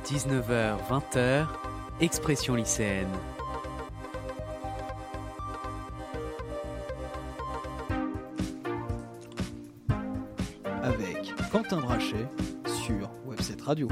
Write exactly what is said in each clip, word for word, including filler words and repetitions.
dix-neuf heures vingt, Expression lycéenne. Avec Quentin Brachet sur Webset Radio.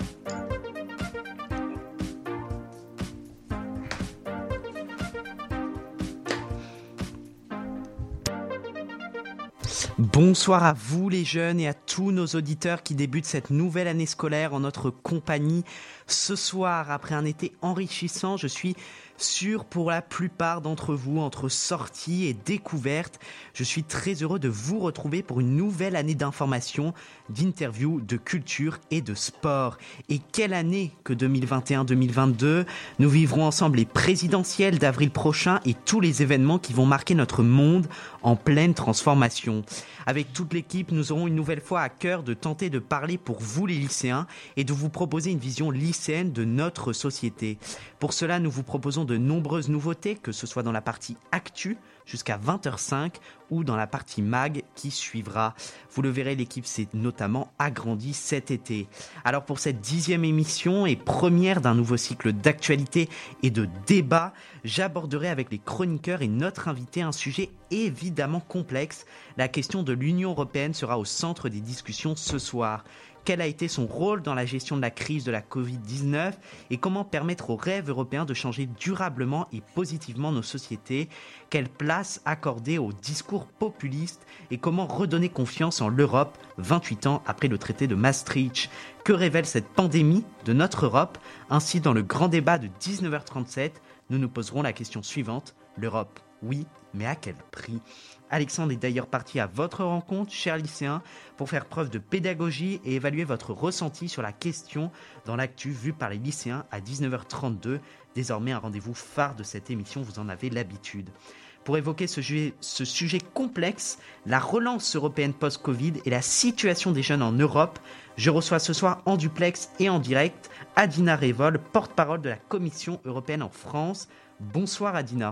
Bonsoir à vous les jeunes et à tous nos auditeurs qui débutent cette nouvelle année scolaire en notre compagnie. Ce soir, après un été enrichissant, je suis sûr pour la plupart d'entre vous, entre sorties et découvertes, je suis très heureux de vous retrouver pour une nouvelle année d'information, d'interviews, de culture et de sport. Et quelle année que deux mille vingt et un deux mille vingt-deux. Nous vivrons ensemble les présidentielles d'avril prochain et tous les événements qui vont marquer notre monde en pleine transformation. Avec toute l'équipe, nous aurons une nouvelle fois à cœur de tenter de parler pour vous les lycéens et de vous proposer une vision lycéenne de notre société. Pour cela, nous vous proposons de nombreuses nouveautés, que ce soit dans la partie Actu jusqu'à vingt heures cinq ou dans la partie Mag qui suivra. Vous le verrez, l'équipe s'est notamment agrandie cet été. Alors pour cette dixième émission et première d'un nouveau cycle d'actualité et de débat, j'aborderai avec les chroniqueurs et notre invité un sujet évidemment complexe. La question de l'Union européenne sera au centre des discussions ce soir. Quel a été son rôle dans la gestion de la crise de la covid dix-neuf et comment permettre aux rêves européens de changer durablement et positivement nos sociétés? Quelle place accorder aux discours populistes et comment redonner confiance en l'Europe vingt-huit ans après le traité de Maastricht? Que révèle cette pandémie de notre Europe? Ainsi, dans le grand débat de dix-neuf heures trente-sept, nous nous poserons la question suivante. L'Europe, oui, mais à quel prix? Alexandre est d'ailleurs parti à votre rencontre, chers lycéens, pour faire preuve de pédagogie et évaluer votre ressenti sur la question dans l'actu vue par les lycéens à dix-neuf heures trente-deux. Désormais un rendez-vous phare de cette émission, vous en avez l'habitude. Pour évoquer ce sujet, ce sujet complexe, la relance européenne post-Covid et la situation des jeunes en Europe, je reçois ce soir en duplex et en direct Adina Révol, porte-parole de la Commission européenne en France. Bonsoir Adina.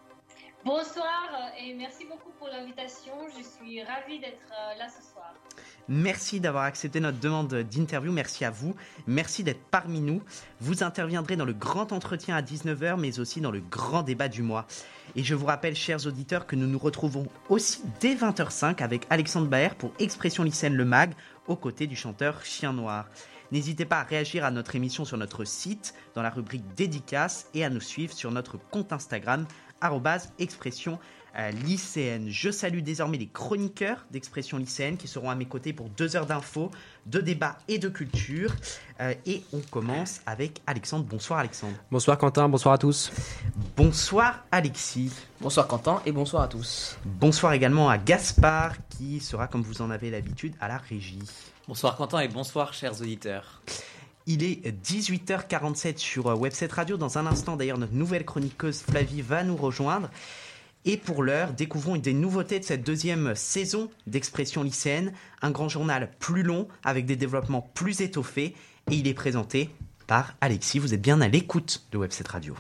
Bonsoir et merci beaucoup pour l'invitation. Je suis ravie d'être là ce soir. Merci d'avoir accepté notre demande d'interview. Merci à vous. Merci d'être parmi nous. Vous interviendrez dans le grand entretien à dix-neuf heures, mais aussi dans le grand débat du mois. Et je vous rappelle, chers auditeurs, que nous nous retrouvons aussi dès vingt heures cinq avec Alexandre Baer pour Expression lycéenne le Mag, aux côtés du chanteur Chien Noir. N'hésitez pas à réagir à notre émission sur notre site, dans la rubrique dédicace, et à nous suivre sur notre compte Instagram, arobase expression euh, lycéenne. Je salue désormais les chroniqueurs d'Expression lycéenne qui seront à mes côtés pour deux heures d'infos, de débats et de culture. Euh, et on commence avec Alexandre. Bonsoir Alexandre. Bonsoir Quentin, bonsoir à tous. Bonsoir Alexis. Bonsoir Quentin et bonsoir à tous. Bonsoir également à Gaspard qui sera, comme vous en avez l'habitude, à la régie. Bonsoir Quentin et bonsoir chers auditeurs. Il est dix-huit heures quarante-sept sur Webset Radio. Dans un instant, d'ailleurs, notre nouvelle chroniqueuse Flavie va nous rejoindre. Et pour l'heure, découvrons une des nouveautés de cette deuxième saison d'Expression lycéenne. Un grand journal plus long, avec des développements plus étoffés. Et il est présenté par Alexis. Vous êtes bien à l'écoute de Webset Radio.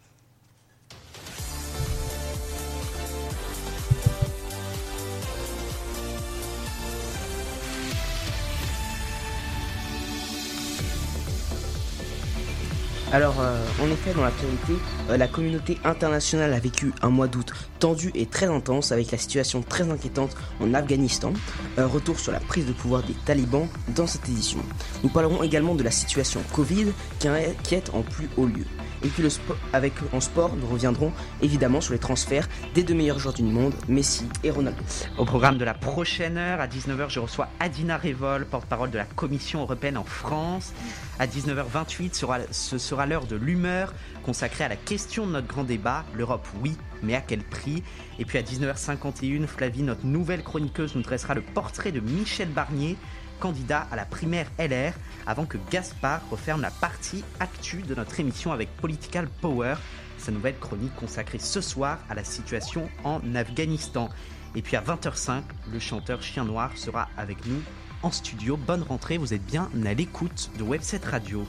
Alors, euh, en effet, dans l'actualité, euh, la communauté internationale a vécu un mois d'août tendu et très intense avec la situation très inquiétante en Afghanistan. Euh, retour sur la prise de pouvoir des talibans dans cette édition. Nous parlerons également de la situation Covid qui inquiète en plus haut lieu. Et puis le spo- avec en sport, nous reviendrons évidemment sur les transferts des deux meilleurs joueurs du monde, Messi et Ronaldo. Au programme de la prochaine heure, à dix-neuf heures, je reçois Adina Révol, porte-parole de la Commission européenne en France. À dix-neuf heures vingt-huit, sera, ce sera l'heure de l'humeur consacrée à la question de notre grand débat, l'Europe oui, mais à quel prix? Et puis à dix-neuf heures cinquante et un, Flavie, notre nouvelle chroniqueuse, nous dressera le portrait de Michel Barnier, candidat à la primaire L R, avant que Gaspard referme la partie actu de notre émission avec Political Power, sa nouvelle chronique consacrée ce soir à la situation en Afghanistan. Et puis à vingt heures cinq, le chanteur Chien Noir sera avec nous en studio. Bonne rentrée, vous êtes bien à l'écoute de Webset Radio.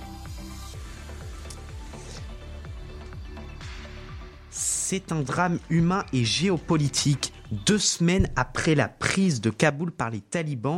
C'est un drame humain et géopolitique. Deux semaines après la prise de Kaboul par les talibans,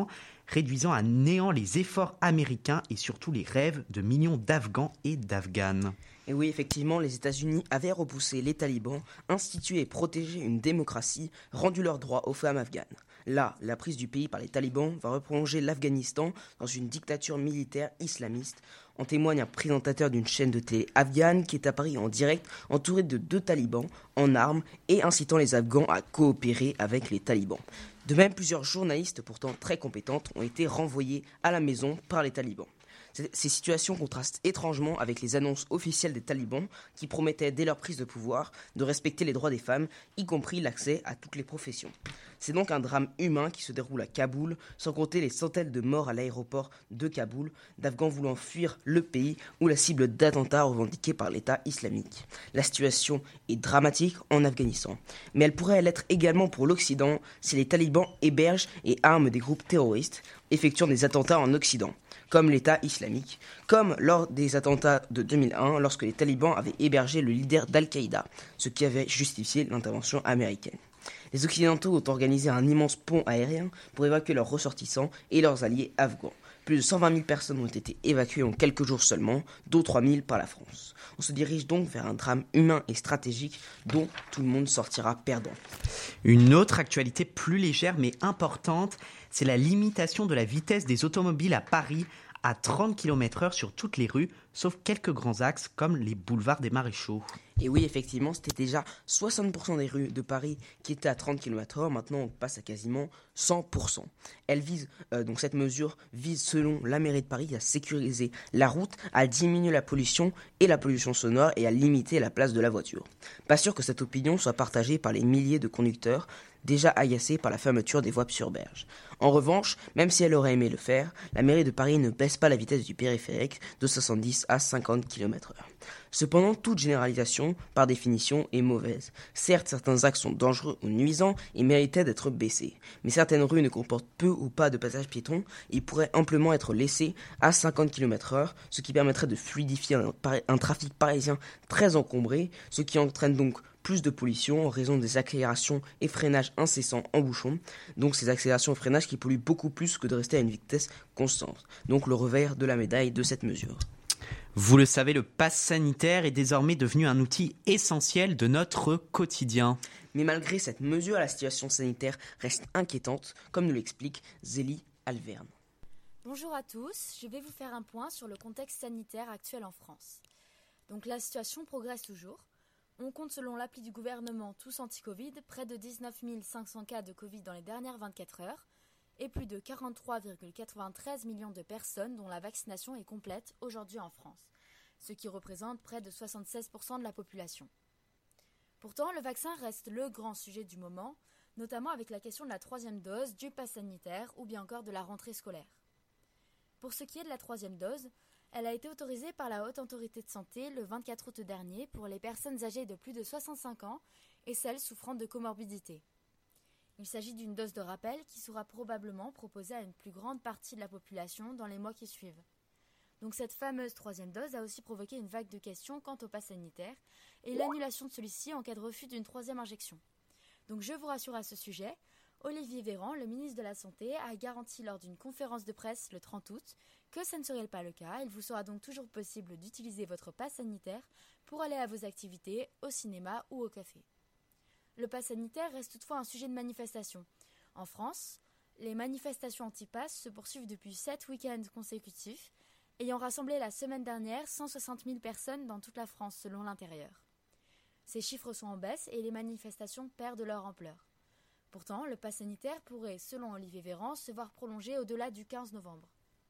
réduisant à néant les efforts américains et surtout les rêves de millions d'Afghans et d'Afghanes. Et oui, effectivement, les États-Unis avaient repoussé les talibans, institué et protégé une démocratie, rendu leurs droits aux femmes afghanes. Là, la prise du pays par les talibans va replonger l'Afghanistan dans une dictature militaire islamiste. En témoigne un présentateur d'une chaîne de télé afghane qui est apparu en direct entouré de deux talibans en armes et incitant les Afghans à coopérer avec les talibans. De même, plusieurs journalistes pourtant très compétentes ont été renvoyés à la maison par les talibans. Ces situations contrastent étrangement avec les annonces officielles des talibans qui promettaient dès leur prise de pouvoir de respecter les droits des femmes, y compris l'accès à toutes les professions. C'est donc un drame humain qui se déroule à Kaboul, sans compter les centaines de morts à l'aéroport de Kaboul, d'Afghans voulant fuir le pays ou la cible d'attentats revendiqués par l'État islamique. La situation est dramatique en Afghanistan, mais elle pourrait l'être également pour l'Occident si les talibans hébergent et arment des groupes terroristes effectuant des attentats en Occident, comme l'État islamique, comme lors des attentats de deux mille un lorsque les talibans avaient hébergé le leader d'Al-Qaïda, ce qui avait justifié l'intervention américaine. Les Occidentaux ont organisé un immense pont aérien pour évacuer leurs ressortissants et leurs alliés afghans. Plus de cent vingt mille personnes ont été évacuées en quelques jours seulement, dont trois mille par la France. On se dirige donc vers un drame humain et stratégique dont tout le monde sortira perdant. Une autre actualité plus légère mais importante, c'est la limitation de la vitesse des automobiles à Paris à trente kilomètres heure sur toutes les rues, sauf quelques grands axes comme les boulevards des Maréchaux. Et oui, effectivement, c'était déjà soixante pour cent des rues de Paris qui étaient à trente kilomètres heure. Maintenant, on passe à quasiment cent pour cent. Elle vise, euh, donc cette mesure vise, selon la mairie de Paris, à sécuriser la route, à diminuer la pollution et la pollution sonore et à limiter la place de la voiture. Pas sûr que cette opinion soit partagée par les milliers de conducteurs déjà agacés par la fermeture des voies sur berge. En revanche, même si elle aurait aimé le faire, la mairie de Paris ne baisse pas la vitesse du périphérique de soixante-dix à cinquante kilomètres heure. Cependant, toute généralisation, par définition, est mauvaise. Certes, certains axes sont dangereux ou nuisants et méritaient d'être baissés, mais certaines rues ne comportent peu ou pas de passages piétons et pourraient amplement être laissées à cinquante kilomètres heure, ce qui permettrait de fluidifier un, un trafic parisien très encombré, ce qui entraîne donc plus de pollution en raison des accélérations et freinages incessants en bouchon, donc ces accélérations et freinages qui polluent beaucoup plus que de rester à une vitesse constante. Donc le revers de la médaille de cette mesure. Vous le savez, le pass sanitaire est désormais devenu un outil essentiel de notre quotidien. Mais malgré cette mesure, la situation sanitaire reste inquiétante, comme nous l'explique Zélie Alverne. Bonjour à tous, je vais vous faire un point sur le contexte sanitaire actuel en France. Donc la situation progresse toujours. On compte selon l'appli du gouvernement Tous Anti-Covid près de dix-neuf mille cinq cents cas de Covid dans les dernières vingt-quatre heures et plus de quarante-trois virgule quatre-vingt-treize millions de personnes dont la vaccination est complète aujourd'hui en France, ce qui représente près de soixante-seize pour cent de la population. Pourtant, le vaccin reste le grand sujet du moment, notamment avec la question de la troisième dose, du pass sanitaire ou bien encore de la rentrée scolaire. Pour ce qui est de la troisième dose, elle a été autorisée par la Haute Autorité de Santé le vingt-quatre août dernier pour les personnes âgées de plus de soixante-cinq ans et celles souffrant de comorbidité. Il s'agit d'une dose de rappel qui sera probablement proposée à une plus grande partie de la population dans les mois qui suivent. Donc cette fameuse troisième dose a aussi provoqué une vague de questions quant au pass sanitaire et l'annulation de celui-ci en cas de refus d'une troisième injection. Donc je vous rassure à ce sujet, Olivier Véran, le ministre de la Santé, a garanti lors d'une conférence de presse le trente août que ça ne serait pas le cas. Il vous sera donc toujours possible d'utiliser votre pass sanitaire pour aller à vos activités, au cinéma ou au café. Le pass sanitaire reste toutefois un sujet de manifestation. En France, les manifestations anti-pass se poursuivent depuis sept week-ends consécutifs, ayant rassemblé la semaine dernière cent soixante mille personnes dans toute la France selon l'Intérieur. Ces chiffres sont en baisse et les manifestations perdent leur ampleur. Pourtant, le pass sanitaire pourrait, selon Olivier Véran, se voir prolongé au-delà du quinze novembre.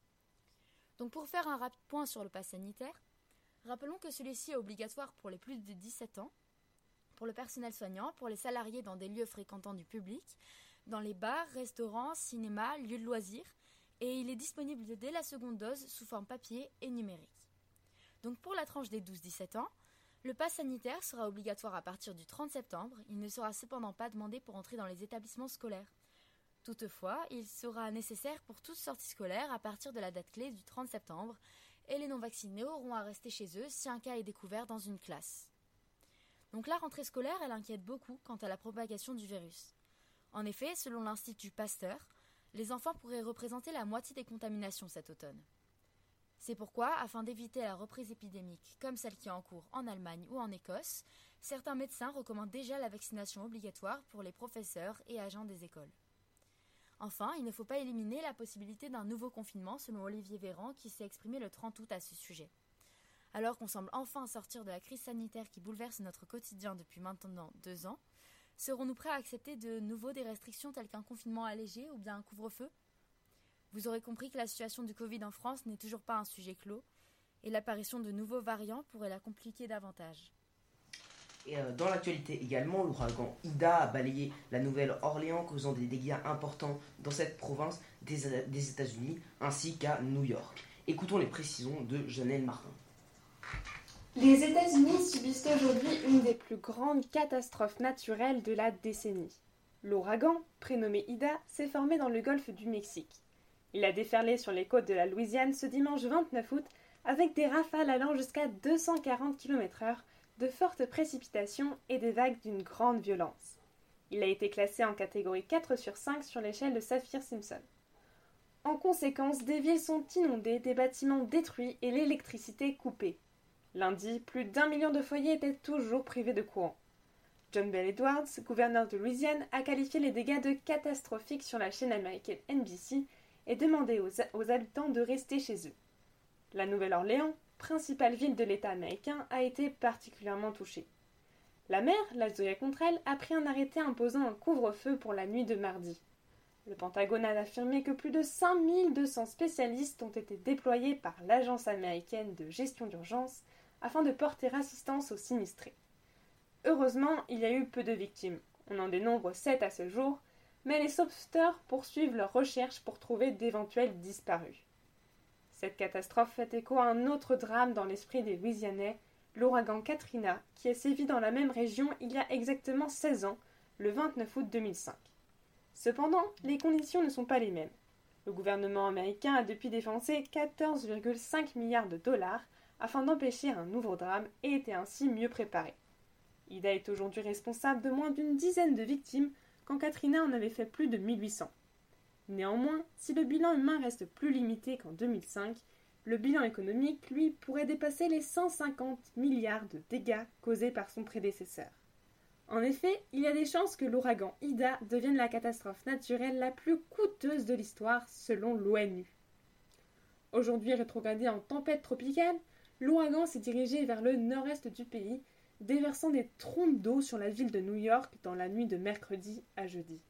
Donc pour faire un rapide point sur le pass sanitaire, rappelons que celui-ci est obligatoire pour les plus de dix-sept ans, pour le personnel soignant, pour les salariés dans des lieux fréquentant du public, dans les bars, restaurants, cinémas, lieux de loisirs, et il est disponible dès la seconde dose sous forme papier et numérique. Donc pour la tranche des douze à dix-sept ans, le pass sanitaire sera obligatoire à partir du trente septembre, il ne sera cependant pas demandé pour entrer dans les établissements scolaires. Toutefois, il sera nécessaire pour toute sortie scolaire à partir de la date clé du trente septembre et les non-vaccinés auront à rester chez eux si un cas est découvert dans une classe. Donc la rentrée scolaire, elle inquiète beaucoup quant à la propagation du virus. En effet, selon l'Institut Pasteur, Les enfants pourraient représenter la moitié des contaminations cet automne. C'est pourquoi, afin d'éviter la reprise épidémique comme celle qui est en cours en Allemagne ou en Écosse, certains médecins recommandent déjà la vaccination obligatoire pour les professeurs et agents des écoles. Enfin, il ne faut pas éliminer la possibilité d'un nouveau confinement selon Olivier Véran qui s'est exprimé le trente août à ce sujet. Alors qu'on semble enfin sortir de la crise sanitaire qui bouleverse notre quotidien depuis maintenant deux ans, serons-nous prêts à accepter de nouveau des restrictions telles qu'un confinement allégé ou bien un couvre-feu ? Vous aurez compris que la situation du Covid en France n'est toujours pas un sujet clos et l'apparition de nouveaux variants pourrait la compliquer davantage. Et euh, dans l'actualité également, l'ouragan Ida a balayé la Nouvelle-Orléans, causant des dégâts importants dans cette province des, des États-Unis ainsi qu'à New York. Écoutons les précisions de Janelle Martin. Les États-Unis subissent aujourd'hui une des plus grandes catastrophes naturelles de la décennie. L'ouragan, prénommé Ida, s'est formé dans le golfe du Mexique. Il a déferlé sur les côtes de la Louisiane ce dimanche vingt-neuf août avec des rafales allant jusqu'à deux cent quarante kilomètres heure, de fortes précipitations et des vagues d'une grande violence. Il a été classé en catégorie quatre sur cinq sur l'échelle de Saffir-Simpson. En conséquence, des villes sont inondées, des bâtiments détruits et l'électricité coupée. Lundi, plus d'un million de foyers étaient toujours privés de courant. John Bel Edwards, gouverneur de Louisiane, a qualifié les dégâts de catastrophiques sur la chaîne américaine N B C et demandé aux, aux habitants de rester chez eux. La Nouvelle-Orléans, principale ville de l'État américain, a été particulièrement touchée. La maire, Lazoya Contrell, a pris un arrêté imposant un couvre-feu pour la nuit de mardi. Le Pentagone a affirmé que plus de cinq mille deux cents spécialistes ont été déployés par l'Agence américaine de gestion d'urgence afin de porter assistance aux sinistrés. Heureusement, il y a eu peu de victimes. On en dénombre sept à ce jour, mais les sauveteurs poursuivent leurs recherches pour trouver d'éventuels disparus. Cette catastrophe fait écho à un autre drame dans l'esprit des Louisianais, l'ouragan Katrina, qui a sévi dans la même région il y a exactement seize ans, le vingt-neuf août deux mille cinq. Cependant, les conditions ne sont pas les mêmes. Le gouvernement américain a depuis dépensé quatorze virgule cinq milliards de dollars afin d'empêcher un nouveau drame et était ainsi mieux préparé. Ida est aujourd'hui responsable de moins d'une dizaine de victimes quand Katrina en avait fait plus de mille huit cents. Néanmoins, si le bilan humain reste plus limité qu'en deux mille cinq, le bilan économique, lui, pourrait dépasser les cent cinquante milliards de dégâts causés par son prédécesseur. En effet, il y a des chances que l'ouragan Ida devienne la catastrophe naturelle la plus coûteuse de l'histoire selon l'ONU. Aujourd'hui rétrogradé en tempête tropicale, l'ouragan s'est dirigé vers le nord-est du pays, déversant des trompes d'eau sur la ville de New York dans la nuit de mercredi à jeudi.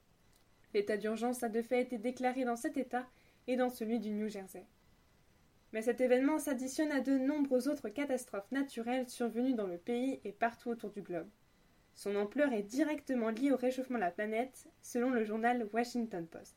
L'état d'urgence a de fait été déclaré dans cet état et dans celui du New Jersey. Mais cet événement s'additionne à de nombreuses autres catastrophes naturelles survenues dans le pays et partout autour du globe. Son ampleur est directement liée au réchauffement de la planète, selon le journal Washington Post.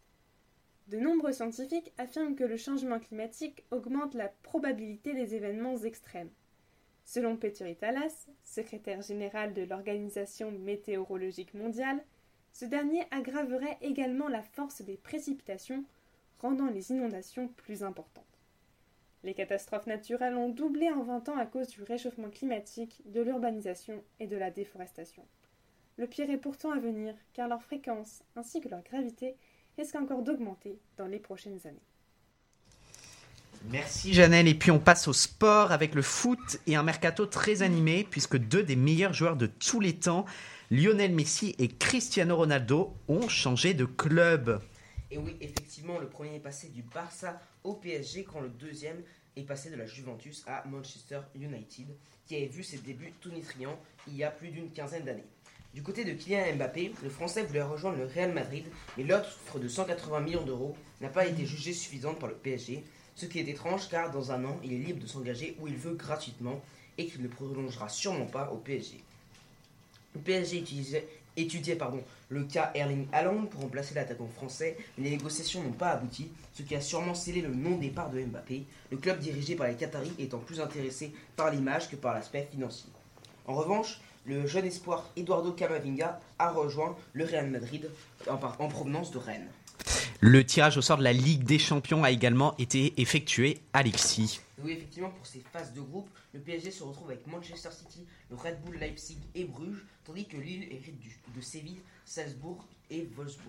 De nombreux scientifiques affirment que le changement climatique augmente la probabilité des événements extrêmes. Selon Peter Talas, secrétaire général de l'Organisation météorologique mondiale, ce dernier aggraverait également la force des précipitations, rendant les inondations plus importantes. Les catastrophes naturelles ont doublé en vingt ans à cause du réchauffement climatique, de l'urbanisation et de la déforestation. Le pire est pourtant à venir, car leur fréquence ainsi que leur gravité risquent encore d'augmenter dans les prochaines années. Merci Janelle, et puis on passe au sport avec le foot et un mercato très animé puisque deux des meilleurs joueurs de tous les temps, Lionel Messi et Cristiano Ronaldo, ont changé de club. Et oui, effectivement, le premier est passé du Barça au P S G quand le deuxième est passé de la Juventus à Manchester United, qui avait vu ses débuts tonitruants il y a plus d'une quinzaine d'années. Du côté de Kylian Mbappé, le Français voulait rejoindre le Real Madrid, mais l'offre de cent quatre-vingts millions d'euros n'a pas été jugée suffisante par le P S G, ce qui est étrange car dans un an, il est libre de s'engager où il veut gratuitement et qu'il ne prolongera sûrement pas au P S G. Le P S G utilisait, étudiait pardon, le cas Erling Haaland pour remplacer l'attaquant français, mais les négociations n'ont pas abouti, ce qui a sûrement scellé le non-départ de Mbappé, le club dirigé par les Qataris étant plus intéressé par l'image que par l'aspect financier. En revanche, le jeune espoir Eduardo Camavinga a rejoint le Real Madrid en, en provenance de Rennes. Le tirage au sort de la Ligue des Champions a également été effectué, Alexis. Oui, effectivement, pour ces phases de groupe, le P S G se retrouve avec Manchester City, le Red Bull Leipzig et Bruges, tandis que Lille hérite du, de Séville, Salzbourg et Wolfsburg.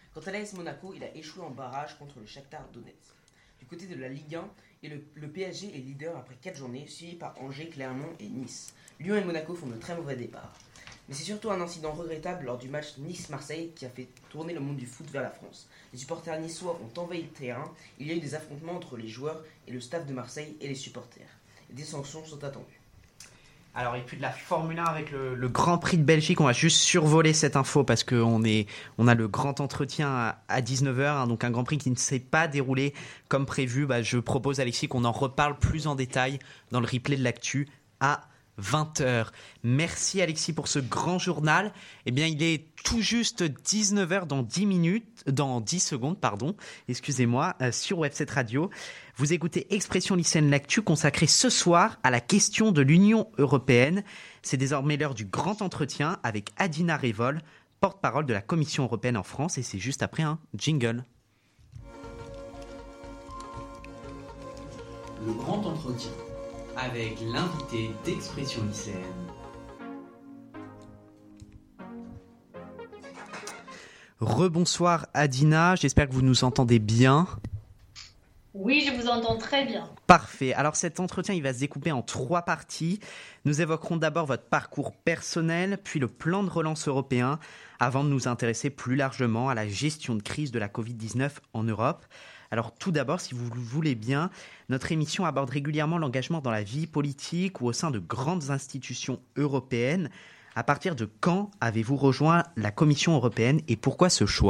Quant à l'A S Monaco, il a échoué en barrage contre le Shakhtar Donetsk. Du côté de la Ligue un, et le, le P S G est leader après quatre journées, suivi par Angers, Clermont et Nice. Lyon et Monaco font de très mauvais départs. Mais c'est surtout un incident regrettable lors du match Nice-Marseille qui a fait tourner le monde du foot vers la France. Les supporters niçois ont envahi le terrain, il y a eu des affrontements entre les joueurs et le staff de Marseille et les supporters. Et des sanctions sont attendues. Alors, et puis de la Formule un avec le, le Grand Prix de Belgique, on va juste survoler cette info parce qu'on est, on a le grand entretien à, à dix-neuf heures, hein, donc un Grand Prix qui ne s'est pas déroulé comme prévu. Bah, je propose, Alexis, qu'on en reparle plus en détail dans le replay de l'actu à vingt heures. Merci Alexis pour ce grand journal. Eh bien, il est tout juste dix-neuf heures dans dix minutes, dans dix secondes, pardon, excusez-moi, euh, sur Web sept Radio. Vous écoutez Expression lycéenne, l'actu consacrée ce soir à la question de l'Union européenne. C'est désormais l'heure du grand entretien avec Adina Révol, porte-parole de la Commission européenne en France, et c'est juste après un jingle. Le grand entretien avec l'invité d'Expression lycéenne. Rebonsoir Adina, j'espère que vous nous entendez bien. Oui, je vous entends très bien. Parfait. Alors cet entretien, il va se découper en trois parties. Nous évoquerons d'abord votre parcours personnel, puis le plan de relance européen, avant de nous intéresser plus largement à la gestion de crise de la covid dix-neuf en Europe. Alors tout d'abord, si vous le voulez bien, notre émission aborde régulièrement l'engagement dans la vie politique ou au sein de grandes institutions européennes. À partir de quand avez-vous rejoint la Commission européenne et pourquoi ce choix ?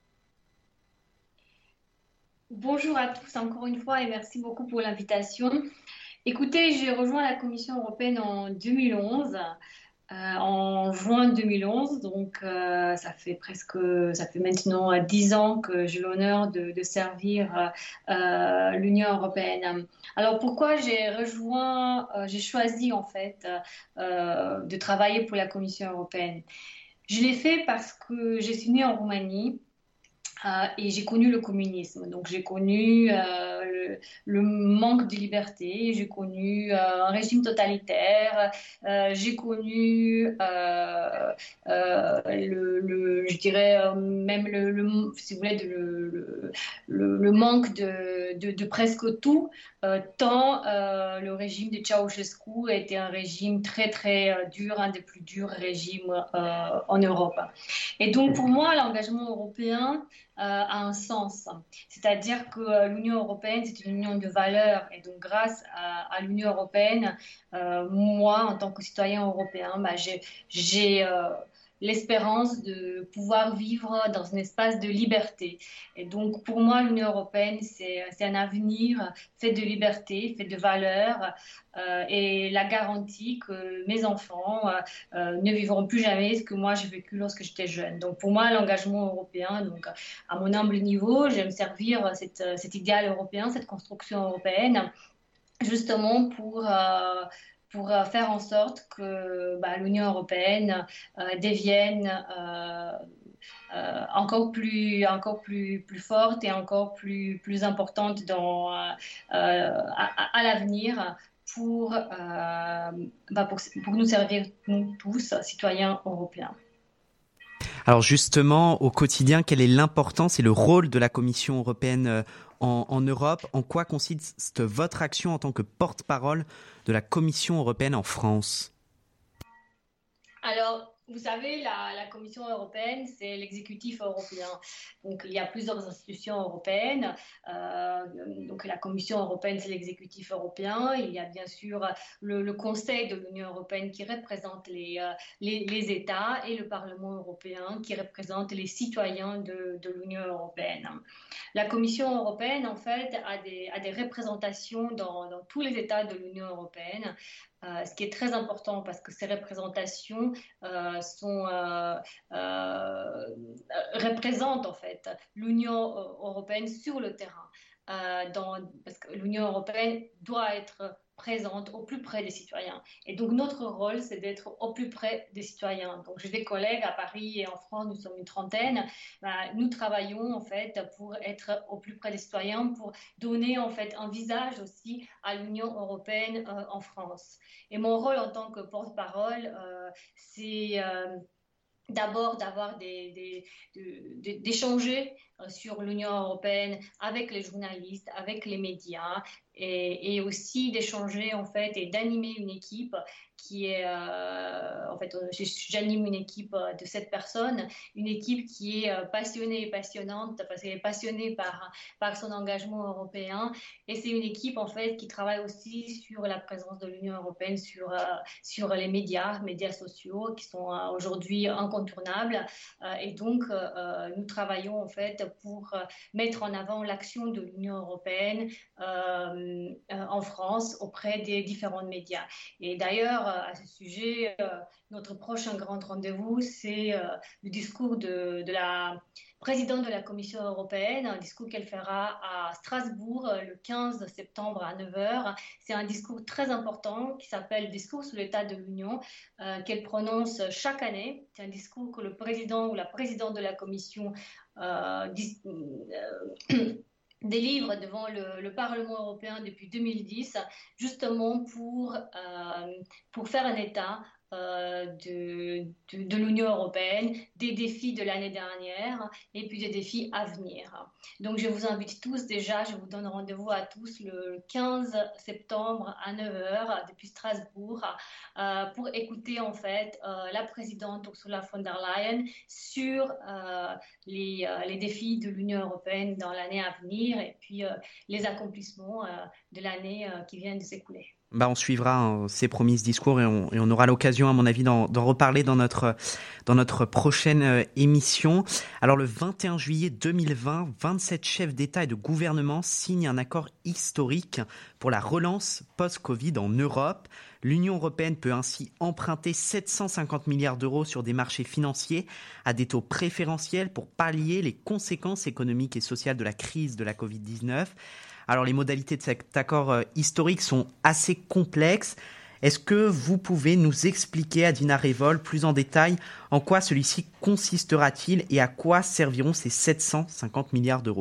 Bonjour à tous encore une fois et merci beaucoup pour l'invitation. Écoutez, j'ai rejoint la Commission européenne en deux mille onze. Euh, en juin deux mille onze, donc euh, ça fait presque, ça fait maintenant dix ans que j'ai l'honneur de, de servir euh, l'Union européenne. Alors pourquoi j'ai rejoint, euh, j'ai choisi en fait euh, de travailler pour la Commission européenne. Je l'ai fait parce que je suis née en Roumanie. Euh, et j'ai connu le communisme, donc j'ai connu euh, le, le manque de liberté, j'ai connu euh, un régime totalitaire, euh, j'ai connu, euh, euh, le, le, je dirais euh, même le, le, si vous voulez, de, le, le, le manque de, de, de presque tout, euh, tant euh, le régime de Ceausescu était un régime très très euh, dur, un des plus durs régimes euh, en Europe. Et donc pour moi, l'engagement européen Euh, a un sens. C'est-à-dire que euh, l'Union européenne, c'est une union de valeurs. Et donc, grâce à, à l'Union européenne, euh, moi, en tant que citoyen européen, bah, j'ai, j'ai euh, l'espérance de pouvoir vivre dans un espace de liberté. Et donc, pour moi, l'Union européenne, c'est, c'est un avenir fait de liberté, fait de valeurs, euh, et la garantie que mes enfants euh, euh, ne vivront plus jamais ce que moi j'ai vécu lorsque j'étais jeune. Donc, pour moi, l'engagement européen, donc, à mon humble niveau, j'aime servir cette, cet idéal européen, cette construction européenne, justement pour... Euh, pour faire en sorte que bah, l'Union européenne euh, devienne euh, euh, encore, plus, encore plus, plus forte et encore plus, plus importante dans, euh, à, à l'avenir pour, euh, bah, pour, pour nous servir, nous tous, citoyens européens. Alors justement, au quotidien, quelle est l'importance et le rôle de la Commission européenne en, en Europe ? En quoi consiste votre action en tant que porte-parole de la Commission européenne en France ? Alors, vous savez, la, la Commission européenne, c'est l'exécutif européen. Donc, il y a plusieurs institutions européennes. Euh, donc, la Commission européenne, c'est l'exécutif européen. Il y a bien sûr le, le Conseil de l'Union européenne qui représente les, les, les États et le Parlement européen qui représente les citoyens de, de l'Union européenne. La Commission européenne, en fait, a des, a des représentations dans, dans tous les États de l'Union européenne. Euh, ce qui est très important parce que ces représentations euh, sont, euh, euh, représentent en fait l'Union européenne sur le terrain. Euh, dans, parce que l'Union européenne doit être présente au plus près des citoyens. Et donc notre rôle, c'est d'être au plus près des citoyens. Donc j'ai des collègues à Paris et en France, nous sommes une trentaine. Ben, nous travaillons en fait pour être au plus près des citoyens, pour donner en fait un visage aussi à l'Union européenne euh, en France. Et mon rôle en tant que porte-parole, euh, c'est euh, d'abord d'avoir des, des, de, de, d'échanger sur l'Union européenne avec les journalistes, avec les médias, et, et aussi d'échanger en fait et d'animer une équipe qui est, euh, en fait, j'anime une équipe de sept personnes, une équipe qui est passionnée et passionnante parce qu'elle est passionnée par, par son engagement européen, et c'est une équipe en fait qui travaille aussi sur la présence de l'Union européenne sur, euh, sur les médias, médias sociaux qui sont euh, aujourd'hui incontournables, euh, et donc euh, nous travaillons en fait pour mettre en avant l'action de l'Union européenne euh, en France auprès des différents médias. Et d'ailleurs, à ce sujet, euh, notre prochain grand rendez-vous, c'est euh, le discours de, de la présidente de la Commission européenne, un discours qu'elle fera à Strasbourg euh, le quinze septembre à neuf heures. C'est un discours très important qui s'appelle « Discours sur l'état de l'Union euh, » qu'elle prononce chaque année. C'est un discours que le président ou la présidente de la Commission euh, dis, euh, délivre devant le, le Parlement européen depuis deux mille dix, justement pour, euh, pour faire un état euh, de, de, de l'Union européenne, des défis de l'année dernière et puis des défis à venir. Donc je vous invite tous déjà, je vous donne rendez-vous à tous le quinze septembre à neuf heures depuis Strasbourg euh, pour écouter en fait euh, la présidente Ursula von der Leyen sur euh, les, euh, les défis de l'Union européenne dans l'année à venir et puis euh, les accomplissements euh, de l'année euh, qui vient de s'écouler. Bah, on suivra hein, ces promis discours et on, et on aura l'occasion, à mon avis, d'en, d'en reparler dans notre, dans notre prochaine euh, émission. Alors, le vingt et un juillet deux mille vingt, vingt-sept chefs d'État et de gouvernement signent un accord historique pour la relance post-Covid en Europe. L'Union européenne peut ainsi emprunter sept cent cinquante milliards d'euros sur des marchés financiers à des taux préférentiels pour pallier les conséquences économiques et sociales de la crise de la covid dix-neuf. Alors, les modalités de cet accord euh, historique sont assez complexes. Est-ce que vous pouvez nous expliquer, Adina Révol, plus en détail en quoi celui-ci consistera-t-il et à quoi serviront ces sept cent cinquante milliards d'euros ?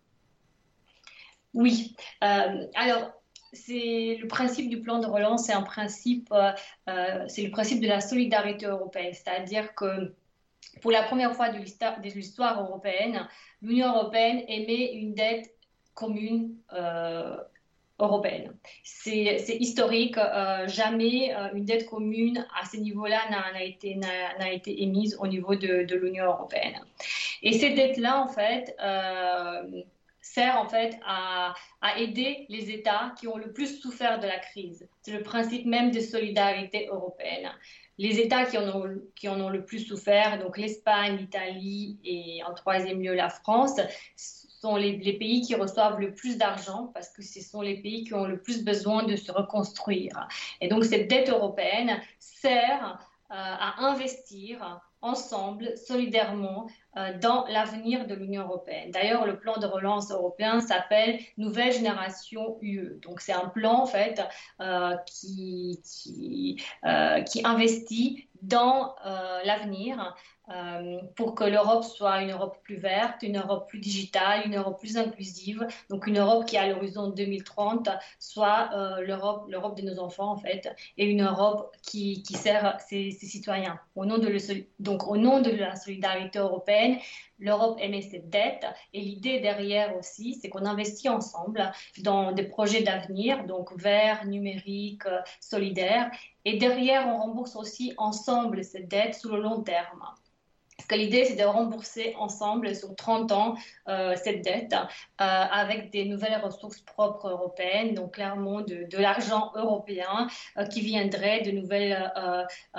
Oui. Euh, alors, c'est le principe du plan de relance, c'est un principe, euh, c'est le principe de la solidarité européenne, c'est-à-dire que pour la première fois de l'histoire, de l'histoire européenne, l'Union européenne émet une dette commune euh, européenne. C'est, c'est historique, euh, jamais euh, une dette commune à ce niveau-là n'a, n'a, été, n'a, n'a été émise au niveau de, de l'Union européenne. Et cette dette-là, en fait, euh, sert en fait à, à aider les États qui ont le plus souffert de la crise. C'est le principe même de solidarité européenne. Les États qui en ont, qui en ont le plus souffert, donc l'Espagne, l'Italie et en troisième lieu la France, sont les, les pays qui reçoivent le plus d'argent parce que ce sont les pays qui ont le plus besoin de se reconstruire. Et donc cette dette européenne sert euh, à investir ensemble, solidairement, euh, dans l'avenir de l'Union européenne. D'ailleurs, le plan de relance européen s'appelle Nouvelle Génération U E. Donc, c'est un plan, en fait, euh, qui, qui, euh, qui investit dans euh, l'avenir euh, pour que l'Europe soit une Europe plus verte, une Europe plus digitale, une Europe plus inclusive. Donc, une Europe qui, à l'horizon deux mille trente, soit euh, l'Europe, l'Europe de nos enfants, en fait, et une Europe qui, qui sert ses, ses citoyens. Au nom de le, donc, au nom de la solidarité européenne, l'Europe émet cette dette et l'idée derrière aussi, c'est qu'on investit ensemble dans des projets d'avenir, donc verts, numériques, solidaires, et derrière, on rembourse aussi ensemble cette dette sur le long terme. Parce que l'idée, c'est de rembourser ensemble sur trente ans euh, cette dette euh, avec des nouvelles ressources propres européennes, donc clairement de, de l'argent européen euh, qui viendrait de nouvelles euh, euh,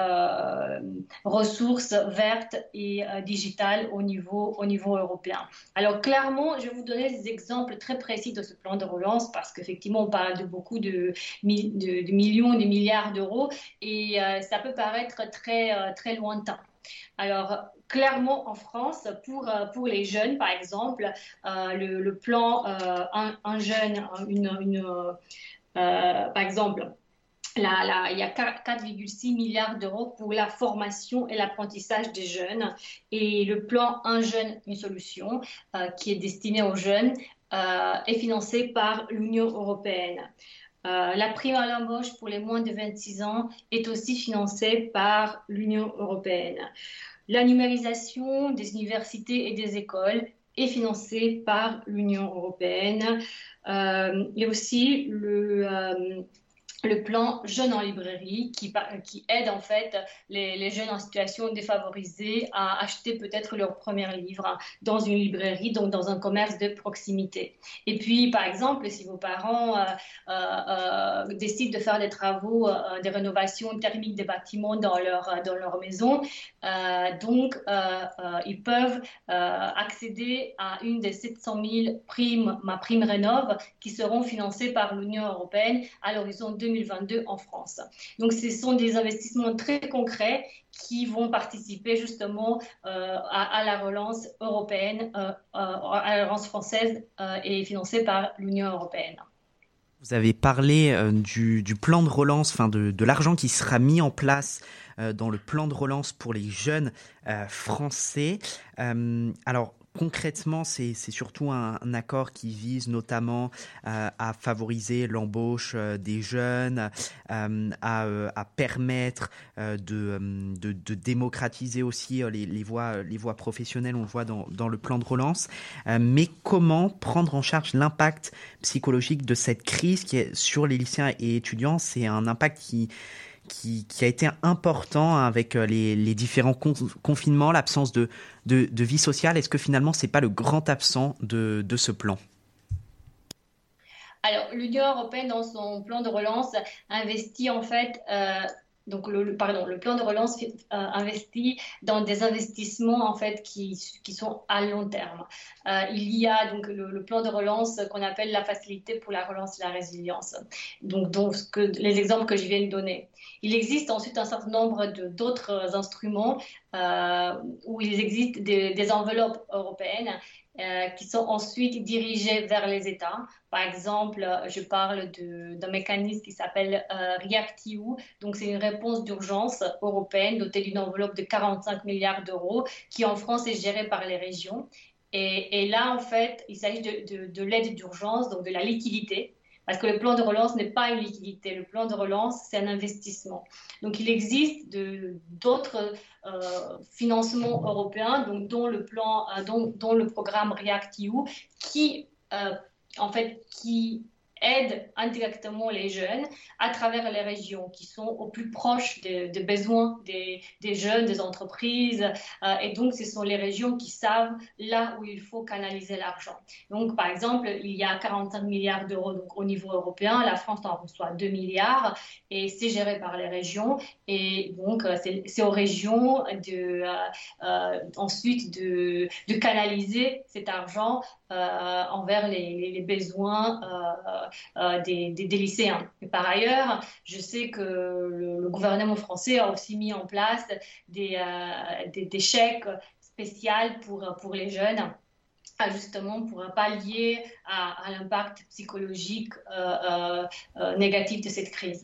euh, ressources vertes et euh, digitales au niveau, au niveau européen. Alors clairement, je vais vous donner des exemples très précis de ce plan de relance parce qu'effectivement, on parle de beaucoup de, de, de millions, de milliards d'euros et euh, ça peut paraître très, euh, très lointain. Alors, clairement, en France, pour, pour les jeunes, par exemple, euh, le, le plan euh, un, un jeune, une, une, euh, par exemple, là, là, il y a quatre virgule six milliards d'euros pour la formation et l'apprentissage des jeunes. Et le plan Un jeune, une solution, euh, qui est destiné aux jeunes, euh, est financé par l'Union européenne. Euh, la prime à l'embauche pour les moins de vingt-six ans est aussi financée par l'Union européenne. La numérisation des universités et des écoles est financée par l'Union européenne. Euh, et aussi le, euh, le plan Jeunes en librairie qui, qui aide en fait les, les jeunes en situation défavorisée à acheter peut-être leur premier livre dans une librairie, donc dans un commerce de proximité. Et puis, par exemple, si vos parents euh, euh, décident de faire des travaux, euh, des rénovations thermiques des bâtiments dans leur, dans leur maison, euh, donc euh, euh, ils peuvent euh, accéder à une des sept cent mille primes, ma prime rénov, qui seront financées par l'Union européenne à l'horizon deux mille vingt-deux en France. Donc, ce sont des investissements très concrets qui vont participer justement euh, à, à la relance européenne, euh, euh, à la relance française euh, et financée par l'Union européenne. Vous avez parlé euh, du, du plan de relance, enfin de, de l'argent qui sera mis en place euh, dans le plan de relance pour les jeunes euh, français. Euh, alors, concrètement, c'est, c'est surtout un, un accord qui vise notamment euh, à favoriser l'embauche euh, des jeunes, euh, à, euh, à permettre euh, de, de, de démocratiser aussi euh, les, les, voies, les voies professionnelles, on le voit dans, dans le plan de relance. Euh, mais comment prendre en charge l'impact psychologique de cette crise qui est sur les lycéens et étudiants? C'est un impact qui... Qui, qui a été important avec les, les différents con, confinements, l'absence de, de, de vie sociale. Est-ce que finalement, ce n'est pas le grand absent de, de ce plan? Alors, l'Union européenne, dans son plan de relance, investit en fait... Euh, Donc, le, le, pardon, le plan de relance euh, investit dans des investissements en fait qui, qui sont à long terme. Euh, il y a donc le, le plan de relance qu'on appelle la facilité pour la relance et la résilience. Donc, donc ce que, les exemples que je viens de donner. Il existe ensuite un certain nombre de, d'autres instruments euh, où il existe des, des enveloppes européennes euh, qui sont ensuite dirigées vers les États. Par exemple, je parle de, d'un mécanisme qui s'appelle euh, REACT-E U. Donc, c'est une réponse d'urgence européenne dotée d'une enveloppe de quarante-cinq milliards d'euros qui, en France, est gérée par les régions. Et, et là, en fait, il s'agit de, de, de l'aide d'urgence, donc de la liquidité. Parce que le plan de relance n'est pas une liquidité. Le plan de relance, c'est un investissement. Donc, il existe de, d'autres euh, financements européens, donc, dont, le plan, euh, dont, dont le programme REACT-E U, qui... Euh, en fait, qui aide indirectement les jeunes à travers les régions qui sont au plus proches des, des besoins des, des jeunes, des entreprises. Euh, et donc, ce sont les régions qui savent là où il faut canaliser l'argent. Donc, par exemple, il y a quarante-cinq milliards d'euros donc, au niveau européen. La France en reçoit deux milliards et c'est géré par les régions. Et donc, c'est, c'est aux régions de, euh, euh, ensuite de, de canaliser cet argent euh, envers les, les, les besoins euh, Euh, des, des, des lycéens. Et par ailleurs, je sais que le, le gouvernement français a aussi mis en place des, euh, des, des chèques spéciaux pour, pour les jeunes, justement pour pallier à, à l'impact psychologique euh, euh, négatif de cette crise.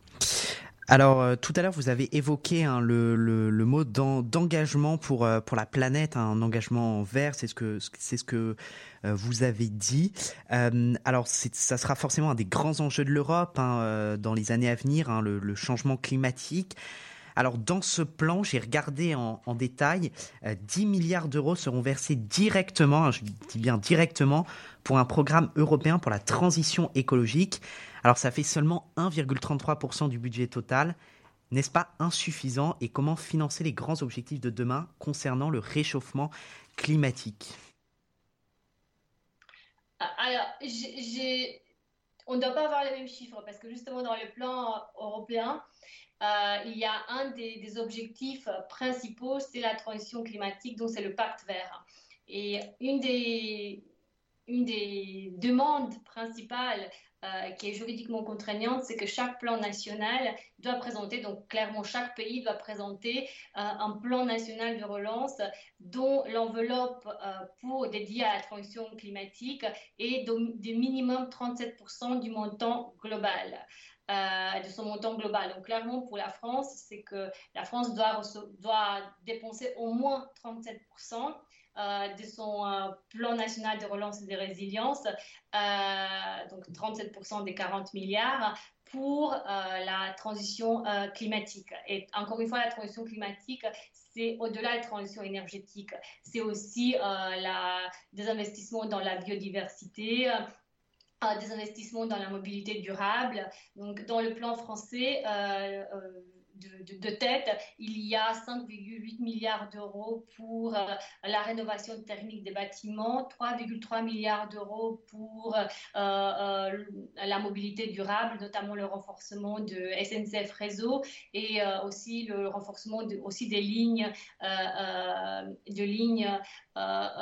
Alors, euh, tout à l'heure, vous avez évoqué hein, le, le, le mot d'en, d'engagement pour, euh, pour la planète, hein, un engagement vert, c'est ce que, c'est ce que euh, vous avez dit. Euh, alors, c'est, ça sera forcément un des grands enjeux de l'Europe hein, euh, dans les années à venir, hein, le, le changement climatique. Alors, dans ce plan, j'ai regardé en, en détail, euh, dix milliards d'euros seront versés directement, hein, je dis bien directement, pour un programme européen pour la transition écologique. Alors, ça fait seulement un virgule trente-trois pour cent du budget total. N'est-ce pas insuffisant? Et comment financer les grands objectifs de demain concernant le réchauffement climatique? Alors, j'ai, j'ai... on ne doit pas avoir les mêmes chiffres parce que justement, dans le plan européen, Euh, il y a un des, des objectifs principaux, c'est la transition climatique, donc c'est le pacte vert. Et une des, une des demandes principales euh, qui est juridiquement contraignante, c'est que chaque plan national doit présenter, donc clairement chaque pays doit présenter euh, un plan national de relance dont l'enveloppe euh, pour dédiée à la transition climatique est de, de minimum trente-sept pour cent du montant global. Euh, de son montant global. Donc clairement pour la France, c'est que la France doit, doit dépenser au moins trente-sept pour cent euh, de son euh, plan national de relance et de résilience, euh, donc trente-sept pour cent des quarante milliards, pour euh, la transition euh, climatique. Et encore une fois, la transition climatique, c'est au-delà de la transition énergétique. C'est aussi euh, la, des investissements dans la biodiversité, euh, des investissements dans la mobilité durable. Donc, dans le plan français, euh, euh, De, de, de tête, il y a cinq virgule huit milliards d'euros pour euh, la rénovation thermique des bâtiments, trois virgule trois milliards d'euros pour euh, euh, la mobilité durable, notamment le renforcement de S N C F Réseau et euh, aussi le renforcement de, aussi des lignes, euh, euh, de lignes euh,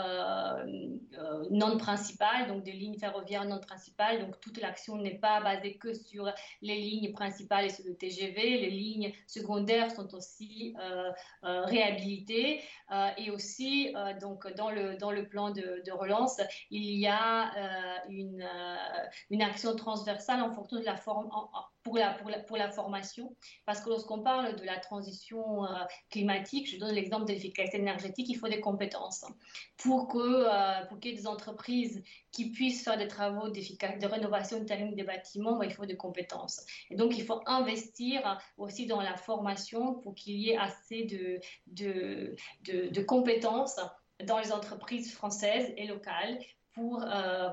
euh, non principales, donc des lignes ferroviaires non principales. Donc toute l'action n'est pas basée que sur les lignes principales et sur le T G V, les lignes secondaires sont aussi euh, euh, réhabilités euh, et aussi euh, donc dans le dans le plan de, de relance il y a euh, une euh, une action transversale en fonction de la forme en, en, pour la pour la pour la formation, parce que lorsqu'on parle de la transition euh, climatique, je donne l'exemple de l'efficacité énergétique, il faut des compétences pour que euh, pour qu'il y ait des entreprises qui puissent faire des travaux de rénovation thermique des bâtiments. Ben, il faut des compétences et donc il faut investir aussi dans la formation pour qu'il y ait assez de, de, de, de compétences dans les entreprises françaises et locales pour, euh,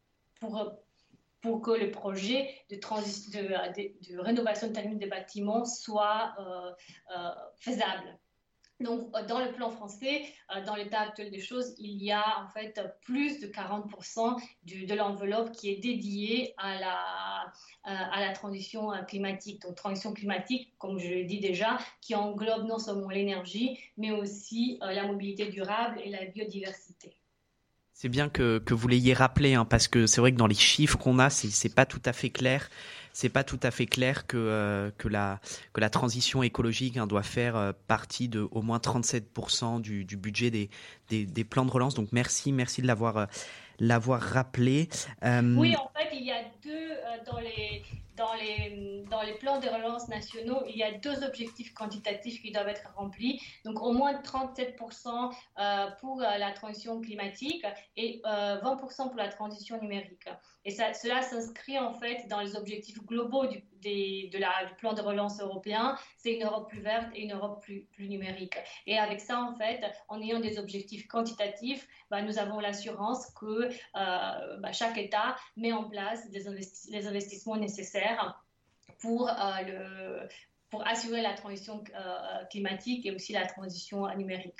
pour, pour que le projet de, transi- de, de, de rénovation thermique des bâtiments soit euh, euh, faisable. Donc, dans le plan français, dans l'état actuel des choses, il y a en fait plus de quarante pour cent du, de l'enveloppe qui est dédiée à la, à la transition climatique. Donc, transition climatique, comme je l'ai dit déjà, qui englobe non seulement l'énergie, mais aussi la mobilité durable et la biodiversité. C'est bien que, que vous l'ayez rappelé, hein, parce que c'est vrai que dans les chiffres qu'on a, c'est, c'est pas tout à fait clair. C'est pas tout à fait clair que euh, que la que la transition écologique hein, doit faire euh, partie de au moins trente-sept pour cent du, du budget des, des des plans de relance. Donc merci merci de l'avoir euh, l'avoir rappelé. Euh... Oui, en fait, il y a deux euh, dans les dans les dans les plans de relance nationaux, il y a deux objectifs quantitatifs qui doivent être remplis. Donc au moins trente-sept pour cent euh, pour euh, la transition climatique et euh, vingt pour cent pour la transition numérique. Et ça, cela s'inscrit en fait dans les objectifs globaux du, des, de la, du plan de relance européen. C'est une Europe plus verte et une Europe plus, plus numérique. Et avec ça, en fait, en ayant des objectifs quantitatifs, bah, nous avons l'assurance que euh, bah, chaque État met en place des investi- les investissements nécessaires pour, euh, le, pour assurer la transition euh, climatique et aussi la transition numérique.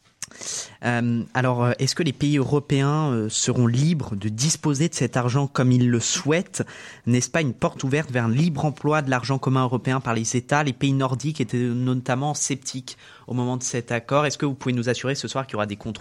Euh, alors, est-ce que les pays européens euh, seront libres de disposer de cet argent comme ils le souhaitent ? N'est-ce pas une porte ouverte vers un libre emploi de l'argent commun européen par les États ? Les pays nordiques étaient notamment sceptiques au moment de cet accord. Est-ce que vous pouvez nous assurer ce soir qu'il y aura des contrôles ?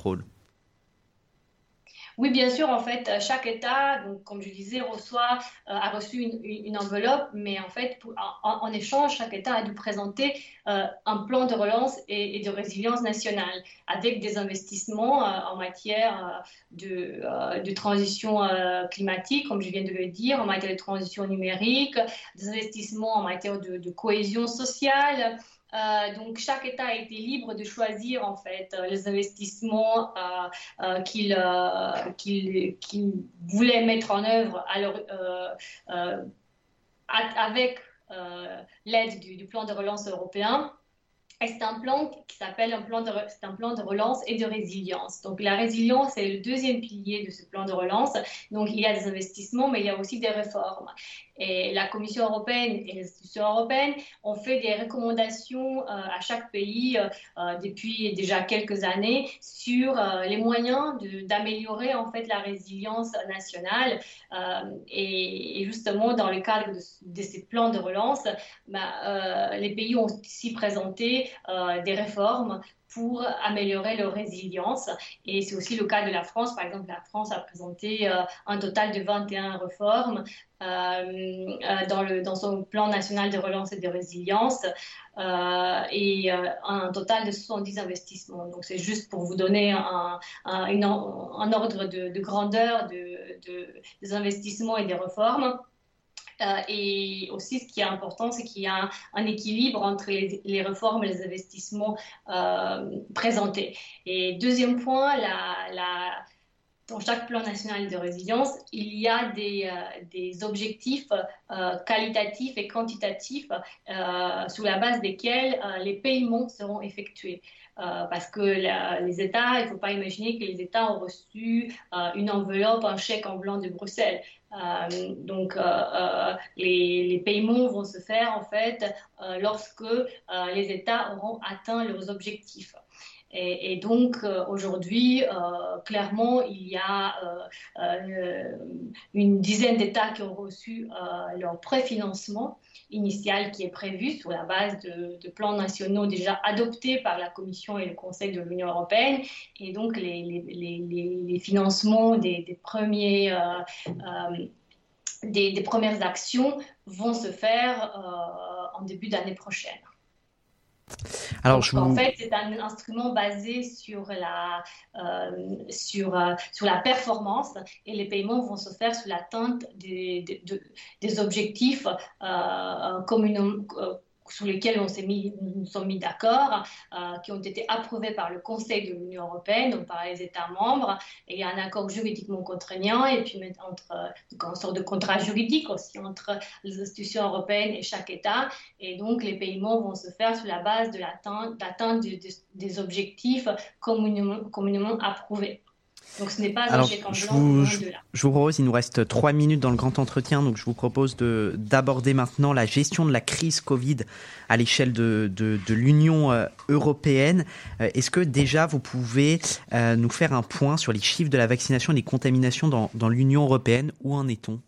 Oui, bien sûr, en fait, chaque État, donc, comme je disais, reçoit, euh, a reçu une, une enveloppe, mais en fait, pour, en, en échange, chaque État a dû présenter euh, un plan de relance et, et de résilience nationale avec des investissements euh, en matière euh, de, euh, de transition euh, climatique, comme je viens de le dire, en matière de transition numérique, des investissements en matière de, de cohésion sociale. Euh, donc chaque État a été libre de choisir en fait les investissements euh, euh, qu'il, euh, qu'il, qu'il voulait mettre en œuvre alors, euh, euh, avec euh, l'aide du, du plan de relance européen. Et c'est un plan qui s'appelle un plan, de, c'est un plan de relance et de résilience. Donc la résilience est le deuxième pilier de ce plan de relance. Donc il y a des investissements, mais il y a aussi des réformes. Et la Commission européenne et les institutions européennes ont fait des recommandations euh, à chaque pays euh, depuis déjà quelques années sur euh, les moyens de, d'améliorer en fait la résilience nationale. Euh, et, et justement, dans le cadre de, de ces plans de relance, bah, euh, les pays ont aussi présenté Euh, des réformes pour améliorer leur résilience. Et c'est aussi le cas de la France. Par exemple, la France a présenté euh, un total de vingt et un réformes euh, euh, dans, le, dans son plan national de relance et de résilience euh, et euh, un total de soixante-dix investissements. Donc c'est juste pour vous donner un, un, une, un ordre de, de grandeur de, de, des investissements et des réformes. Euh, et aussi, ce qui est important, c'est qu'il y a un, un équilibre entre les, les réformes et les investissements euh, présentés. Et deuxième point, la, la, dans chaque plan national de résilience, il y a des, euh, des objectifs euh, qualitatifs et quantitatifs euh, sur la base desquels euh, les paiements seront effectués. Euh, parce que la, les États, il ne faut pas imaginer que les États ont reçu euh, une enveloppe, un chèque en blanc de Bruxelles. Euh, donc, euh, euh, les, les paiements vont se faire en fait euh, lorsque euh, les États auront atteint leurs objectifs. Et, et donc, euh, aujourd'hui, euh, clairement, il y a euh, euh, une dizaine d'États qui ont reçu euh, leur préfinancement initial qui est prévu sur la base de, de plans nationaux déjà adoptés par la Commission et le Conseil de l'Union européenne. Et donc, les, les, les, les financements des, des, premiers, euh, euh, des, des premières actions vont se faire euh, en début d'année prochaine. Alors, Donc, vous... En fait, c'est un instrument basé sur la, euh, sur, euh, sur la performance et les paiements vont se faire sous l'atteinte des, des, de, des objectifs euh, communs, euh, sur lesquels on s'est mis, nous nous sommes mis d'accord, euh, qui ont été approuvés par le Conseil de l'Union européenne, donc par les États membres. Et il y a un accord juridiquement contraignant et puis entre, donc une sorte de contrat juridique aussi entre les institutions européennes et chaque État. Et donc, les paiements vont se faire sur la base de l'atteinte, d'atteinte de, de, des objectifs communément, communément approuvés. Donc, ce n'est pas Alors, un chèque en je blanc, vous, loin de là. Je vous propose, il nous reste trois minutes dans le grand entretien, donc je vous propose de, d'aborder maintenant la gestion de la crise Covid à l'échelle de, de, de l'Union euh, européenne. Euh, est-ce que déjà vous pouvez euh, nous faire un point sur les chiffres de la vaccination et des contaminations dans, dans l'Union européenne? Où en est-on?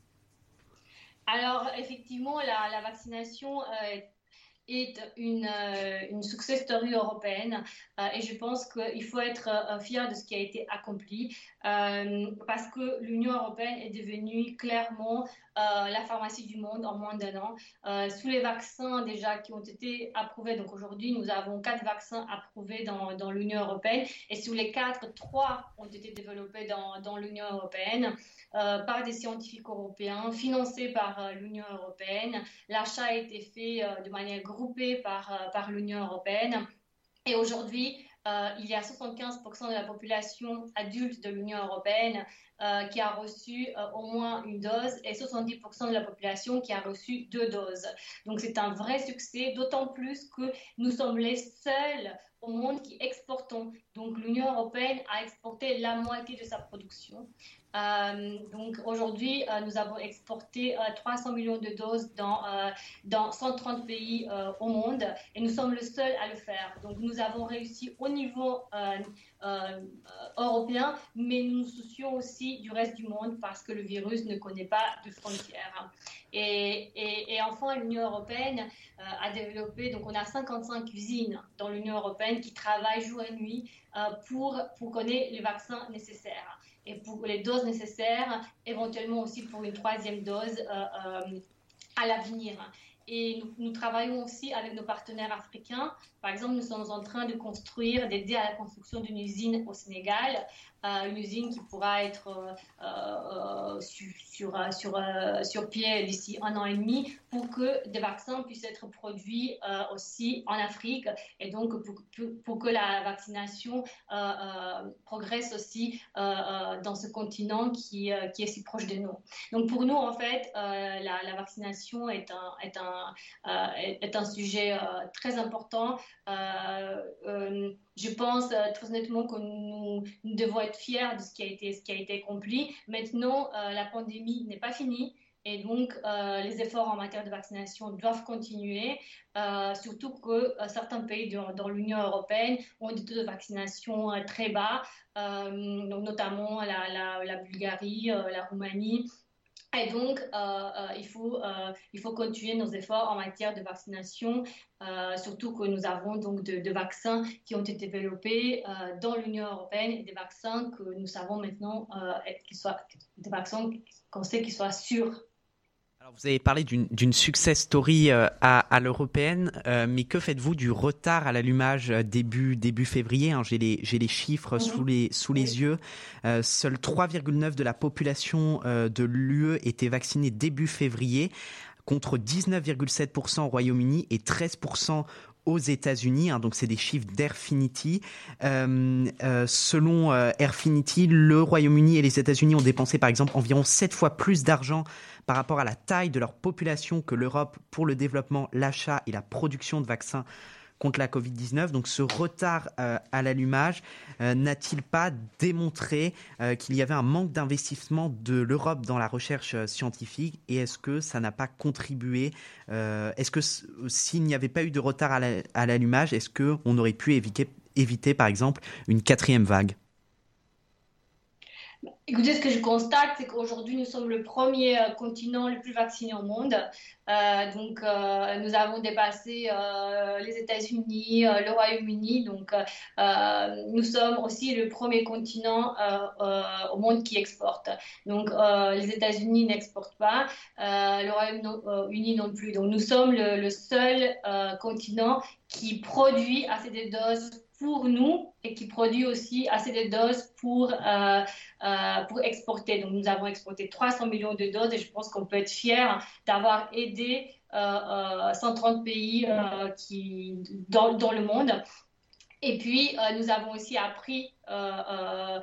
Alors, effectivement, la, la vaccination euh, est une, euh, une success story européenne euh, et je pense qu'il faut être euh, fier de ce qui a été accompli euh, parce que l'Union européenne est devenue clairement euh, la pharmacie du monde en moins d'un an. Euh, sous les vaccins déjà qui ont été approuvés, donc aujourd'hui nous avons quatre vaccins approuvés dans, dans l'Union européenne et sur les quatre, trois ont été développés dans, dans l'Union européenne euh, par des scientifiques européens, financés par euh, l'Union européenne. L'achat a été fait euh, de manière groupée par, euh, par l'Union européenne. Et aujourd'hui, euh, il y a soixante-quinze pour cent de la population adulte de l'Union européenne euh, qui a reçu euh, au moins une dose et soixante-dix pour cent de la population qui a reçu deux doses. Donc c'est un vrai succès, d'autant plus que nous sommes les seuls au monde qui exportons. Donc l'Union européenne a exporté la moitié de sa production. Euh, donc aujourd'hui, euh, nous avons exporté euh, trois cents millions de doses dans, euh, dans cent trente pays euh, au monde et nous sommes le seul à le faire. Donc nous avons réussi au niveau euh, euh, européen, mais nous nous soucions aussi du reste du monde parce que le virus ne connaît pas de frontières. Et, et, et enfin, l'Union européenne euh, a développé, donc on a cinquante-cinq usines dans l'Union européenne qui travaillent jour et nuit euh, pour, pour connaître les vaccins nécessaires et pour les doses nécessaires, éventuellement aussi pour une troisième dose euh, euh, à l'avenir. Et nous, nous travaillons aussi avec nos partenaires africains. Par exemple, nous sommes en train de construire, d'aider à la construction d'une usine au Sénégal, euh, une usine qui pourra être euh, euh, sur, sur, sur, euh, sur pied d'ici un an et demi pour que des vaccins puissent être produits euh, aussi en Afrique et donc pour, pour, pour que la vaccination euh, euh, progresse aussi euh, euh, dans ce continent qui, euh, qui est si proche de nous. Donc pour nous, en fait, euh, la, la vaccination est un, est un, euh, est un sujet euh, très important. Euh, euh, je pense euh, très honnêtement que nous, nous devons être fiers de ce qui a été, ce qui a été accompli. Maintenant, euh, la pandémie n'est pas finie et donc euh, les efforts en matière de vaccination doivent continuer, euh, surtout que euh, certains pays de, dans l'Union européenne ont des taux de vaccination euh, très bas, euh, donc notamment la, la, la Bulgarie, euh, la Roumanie. Et donc, euh, euh, il, faut, euh, il faut continuer nos efforts en matière de vaccination, euh, surtout que nous avons donc de, de vaccins qui ont été développés euh, dans l'Union européenne et des vaccins que nous savons maintenant euh, qu'ils soient des vaccins qu'on sait qu'ils soient sûrs. Alors Vous avez parlé d'une, d'une success story euh, à, à l'européenne, euh, mais que faites-vous du retard à l'allumage euh, début, début février, hein, j'ai, les, j'ai les chiffres mm-hmm. sous les, sous les oui. yeux. Euh, seuls trois virgule neuf de la population euh, de l'U E était vaccinée début février, contre dix-neuf virgule sept pour cent au Royaume-Uni et treize pour cent aux États-Unis, hein, donc c'est des chiffres d'Airfinity. Euh, euh, selon euh, Airfinity, le Royaume-Uni et les États-Unis ont dépensé par exemple environ sept fois plus d'argent par rapport à la taille de leur population que l'Europe pour le développement, l'achat et la production de vaccins contre la covid dix-neuf. Donc ce retard euh, à l'allumage euh, n'a-t-il pas démontré euh, qu'il y avait un manque d'investissement de l'Europe dans la recherche euh, scientifique, et est-ce que ça n'a pas contribué euh, est-ce que s- s'il n'y avait pas eu de retard à, la, à l'allumage, est-ce qu'on aurait pu éviter, éviter par exemple une quatrième vague? Écoutez, ce que je constate, c'est qu'aujourd'hui, nous sommes le premier euh, continent le plus vacciné au monde. Euh, donc, euh, nous avons dépassé euh, les États-Unis, euh, le Royaume-Uni. Donc, euh, nous sommes aussi le premier continent euh, euh, au monde qui exporte. Donc, euh, les États-Unis n'exportent pas, euh, le Royaume-Uni non plus. Donc, nous sommes le, le seul euh, continent qui produit assez de doses pour nous et qui produit aussi assez de doses pour, euh, euh, pour exporter. Donc, nous avons exporté trois cents millions de doses et je pense qu'on peut être fiers d'avoir aidé euh, euh, cent trente pays euh, qui, dans, dans le monde. Et puis, euh, nous avons aussi appris euh,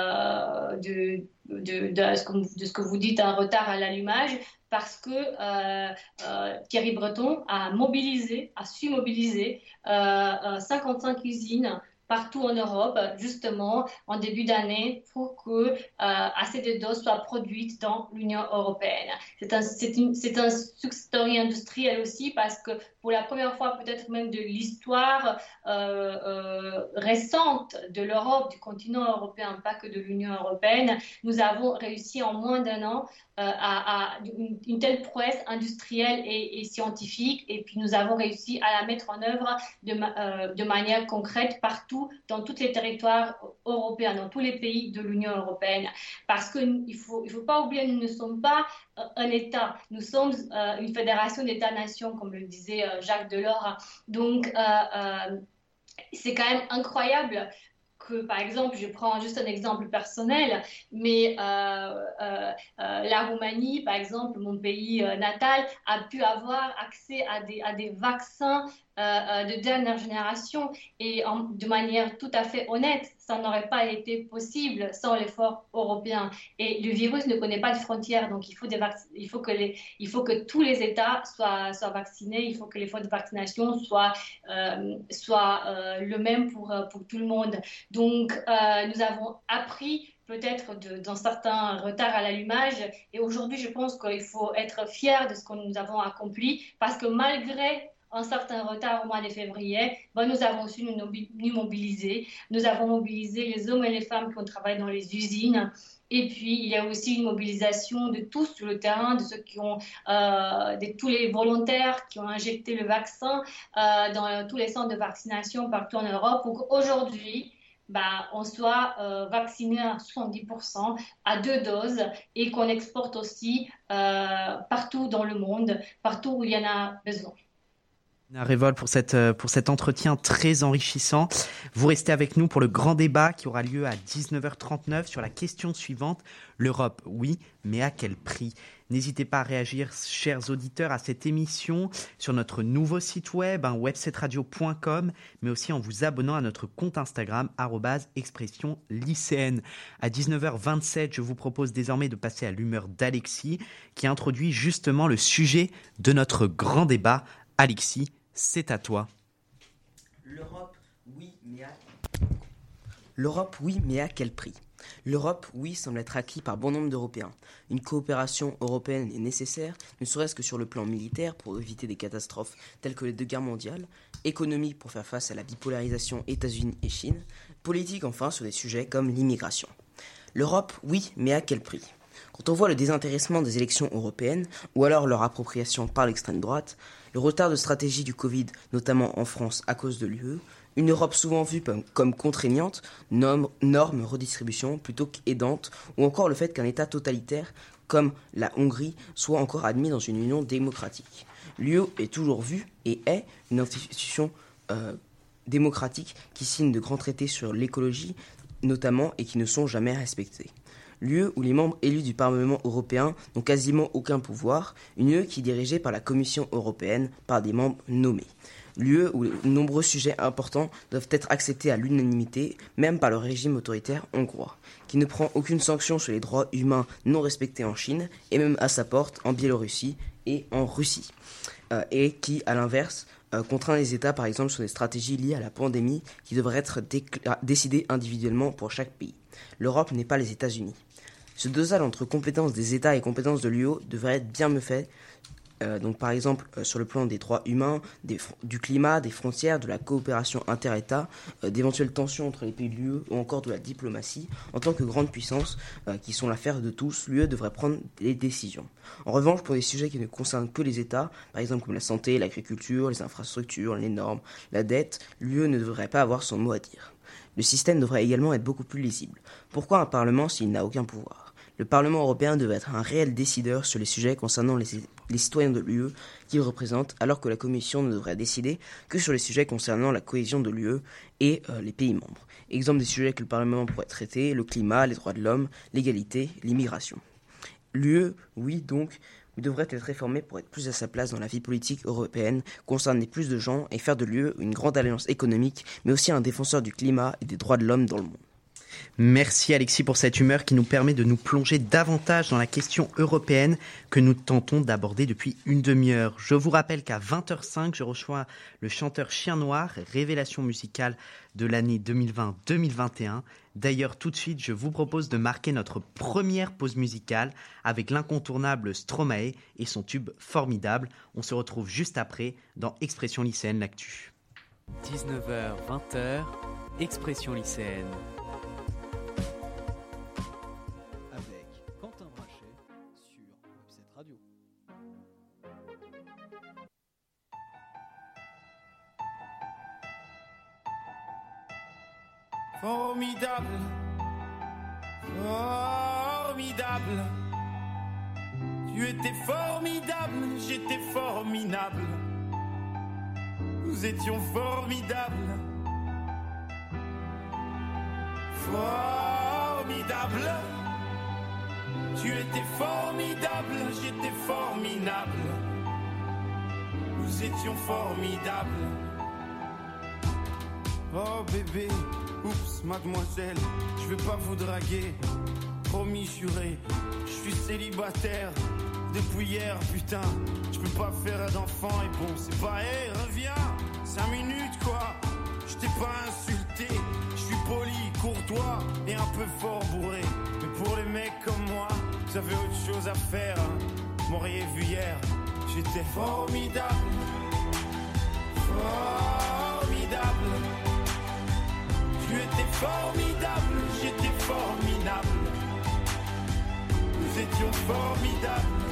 euh, de, de, de, ce que, de ce que vous dites, un retard à l'allumage, parce que euh, euh, Thierry Breton a mobilisé, a su mobiliser euh, cinquante-cinq usines partout en Europe, justement, en début d'année, pour que euh, assez de doses soient produites dans l'Union européenne. C'est un, c'est une, c'est un success story industriel aussi, parce que pour la première fois, peut-être même de l'histoire euh, euh, récente de l'Europe, du continent européen, pas que de l'Union européenne, nous avons réussi en moins d'un an euh, à, à une, une telle prouesse industrielle et, et scientifique, et puis nous avons réussi à la mettre en œuvre de, euh, de manière concrète partout dans tous les territoires européens, dans tous les pays de l'Union européenne. Parce qu'il ne faut, il faut pas oublier, nous ne sommes pas un État, nous sommes euh, une fédération d'États-nations, comme le disait euh, Jacques Delors. Donc, euh, euh, c'est quand même incroyable que, par exemple, je prends juste un exemple personnel, mais euh, euh, euh, la Roumanie, par exemple, mon pays euh, natal, a pu avoir accès à des, à des vaccins euh, de dernière génération, et en, de manière tout à fait honnête, ça n'aurait pas été possible sans l'effort européen. Et le virus ne connaît pas de frontières, donc il faut, des vac- il faut, que, les, il faut que tous les États soient, soient vaccinés, il faut que l'effort de vaccination soit, euh, soit euh, le même pour, pour tout le monde. Donc, euh, nous avons appris peut-être de, d'un certain retard à l'allumage, et aujourd'hui, je pense qu'il faut être fier de ce que nous avons accompli, parce que malgré un certain retard au mois de février, ben nous avons su nous, nous mobiliser. Nous avons mobilisé les hommes et les femmes qui ont travaillé dans les usines. Et puis, il y a aussi une mobilisation de tous sur le terrain, de ceux qui ont, euh, de tous les volontaires qui ont injecté le vaccin euh, dans tous les centres de vaccination partout en Europe, pour qu'aujourd'hui, bah, on soit euh, vacciné à soixante-dix pour cent à deux doses, et qu'on exporte aussi euh, partout dans le monde, partout où il y en a besoin. Révol, pour, cette, pour cet entretien très enrichissant. Vous restez avec nous pour le grand débat qui aura lieu à dix-neuf heures trente-neuf sur la question suivante. L'Europe, oui, mais à quel prix? N'hésitez pas à réagir, chers auditeurs, à cette émission sur notre nouveau site web, hein, web sept radio point com, mais aussi en vous abonnant à notre compte Instagram, arobase expression lycéenne. À dix-neuf heures vingt-sept, je vous propose désormais de passer à l'humeur d'Alexis, qui introduit justement le sujet de notre grand débat. Alexis, c'est à toi. L'Europe, oui, mais à... L'Europe, oui, mais à quel prix? L'Europe, oui, semble être acquis par bon nombre d'Européens. Une coopération européenne est nécessaire, ne serait-ce que sur le plan militaire pour éviter des catastrophes telles que les deux guerres mondiales, économique pour faire face à la bipolarisation États-Unis et Chine, politique enfin sur des sujets comme l'immigration. L'Europe, oui, mais à quel prix? Quand on voit le désintéressement des élections européennes, ou alors leur appropriation par l'extrême droite, le retard de stratégie du Covid, notamment en France à cause de l'U E, une Europe souvent vue comme contraignante, norme, norme redistribution plutôt qu'aidante, ou encore le fait qu'un État totalitaire comme la Hongrie, soient encore admis dans une union démocratique. L'U E est toujours vue et est une institution euh, démocratique qui signe de grands traités sur l'écologie notamment et qui ne sont jamais respectés. L'U E où les membres élus du Parlement européen n'ont quasiment aucun pouvoir, une U E qui est dirigée par la Commission européenne par des membres nommés. L'U E où de nombreux sujets importants doivent être acceptés à l'unanimité, même par le régime autoritaire hongrois, qui ne prend aucune sanction sur les droits humains non respectés en Chine et même à sa porte en Biélorussie et en Russie, euh, et qui, à l'inverse, euh, contraint les États, par exemple, sur des stratégies liées à la pandémie qui devraient être décla- décidées individuellement pour chaque pays. L'Europe n'est pas les États-Unis. Ce dosage entre compétences des États et compétences de l'U E devrait être bien mieux fait. Euh, donc par exemple euh, sur le plan des droits humains, des fr- du climat, des frontières, de la coopération inter-États, euh, d'éventuelles tensions entre les pays de l'U E ou encore de la diplomatie. En tant que grande puissance, euh, qui sont l'affaire de tous, l'U E devrait prendre des décisions. En revanche, pour des sujets qui ne concernent que les États, par exemple comme la santé, l'agriculture, les infrastructures, les normes, la dette, l'U E ne devrait pas avoir son mot à dire. Le système devrait également être beaucoup plus lisible. Pourquoi un Parlement s'il n'a aucun pouvoir ? Le Parlement européen devait être un réel décideur sur les sujets concernant les, les citoyens de l'U E qu'il représente, alors que la Commission ne devrait décider que sur les sujets concernant la cohésion de l'U E et euh, les pays membres. Exemple des sujets que le Parlement pourrait traiter, le climat, les droits de l'homme, l'égalité, l'immigration. L'U E, oui donc, devrait être réformée pour être plus à sa place dans la vie politique européenne, concerner plus de gens et faire de l'U E une grande alliance économique, mais aussi un défenseur du climat et des droits de l'homme dans le monde. Merci Alexis pour cette humeur qui nous permet de nous plonger davantage dans la question européenne que nous tentons d'aborder depuis une demi-heure. Je vous rappelle qu'à vingt heures cinq, je reçois le chanteur Chien Noir, révélation musicale de l'année deux mille vingt deux mille vingt et un. D'ailleurs, tout de suite, je vous propose de marquer notre première pause musicale avec l'incontournable Stromae et son tube Formidable. On se retrouve juste après dans Expression lycéenne, l'actu. dix-neuf heures vingt heures, Expression lycéenne. Avec Quentin Brachet sur Webset Radio. Formidable, formidable. Tu étais formidable, j'étais formidable. Nous étions formidables. Formidable. Tu étais formidable, j'étais formidable. Nous étions formidables. Oh bébé, oups, mademoiselle, je vais pas vous draguer. Promis, juré, je suis célibataire depuis hier, putain. Je peux pas faire d'enfant et bon, c'est pas, hé, hey, reviens, cinq minutes quoi. Je t'ai pas insulté, je suis poli, courtois et un peu fort bourré. Mais pour les mecs comme moi, vous avez autre chose à faire, hein. M'auriez vu hier, j'étais formidable. Formidable. Tu étais formidable, j'étais formidable. Nous étions formidables.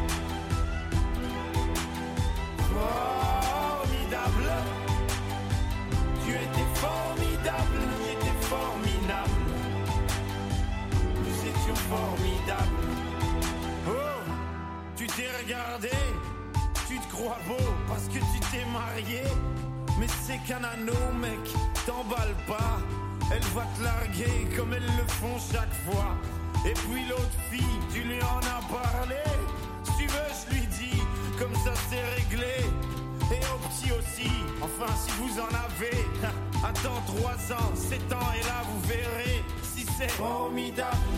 Formidable. Tu étais formidable, j'étais formidable. Nous étions formidables. Oh, tu t'es regardé, tu te crois beau parce que tu t'es marié. Mais c'est qu'un anneau, mec, t'emballe pas. Elle va te larguer comme elles le font chaque fois. Et puis l'autre fille, tu lui en as parlé. Si tu veux, je lui dis, comme ça c'est réglé. Et au petit aussi, enfin si vous en avez. Attends trois ans, sept ans et là vous verrez si c'est formidable.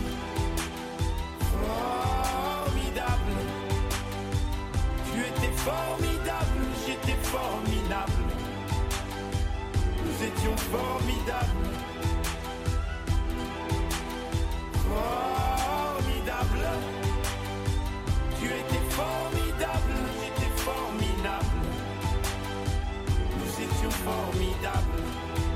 Formidable. Tu étais formidable, j'étais formidable. Nous étions formidables. Formidable. Tu étais formidable, j'étais formidable. Nous étions formidables.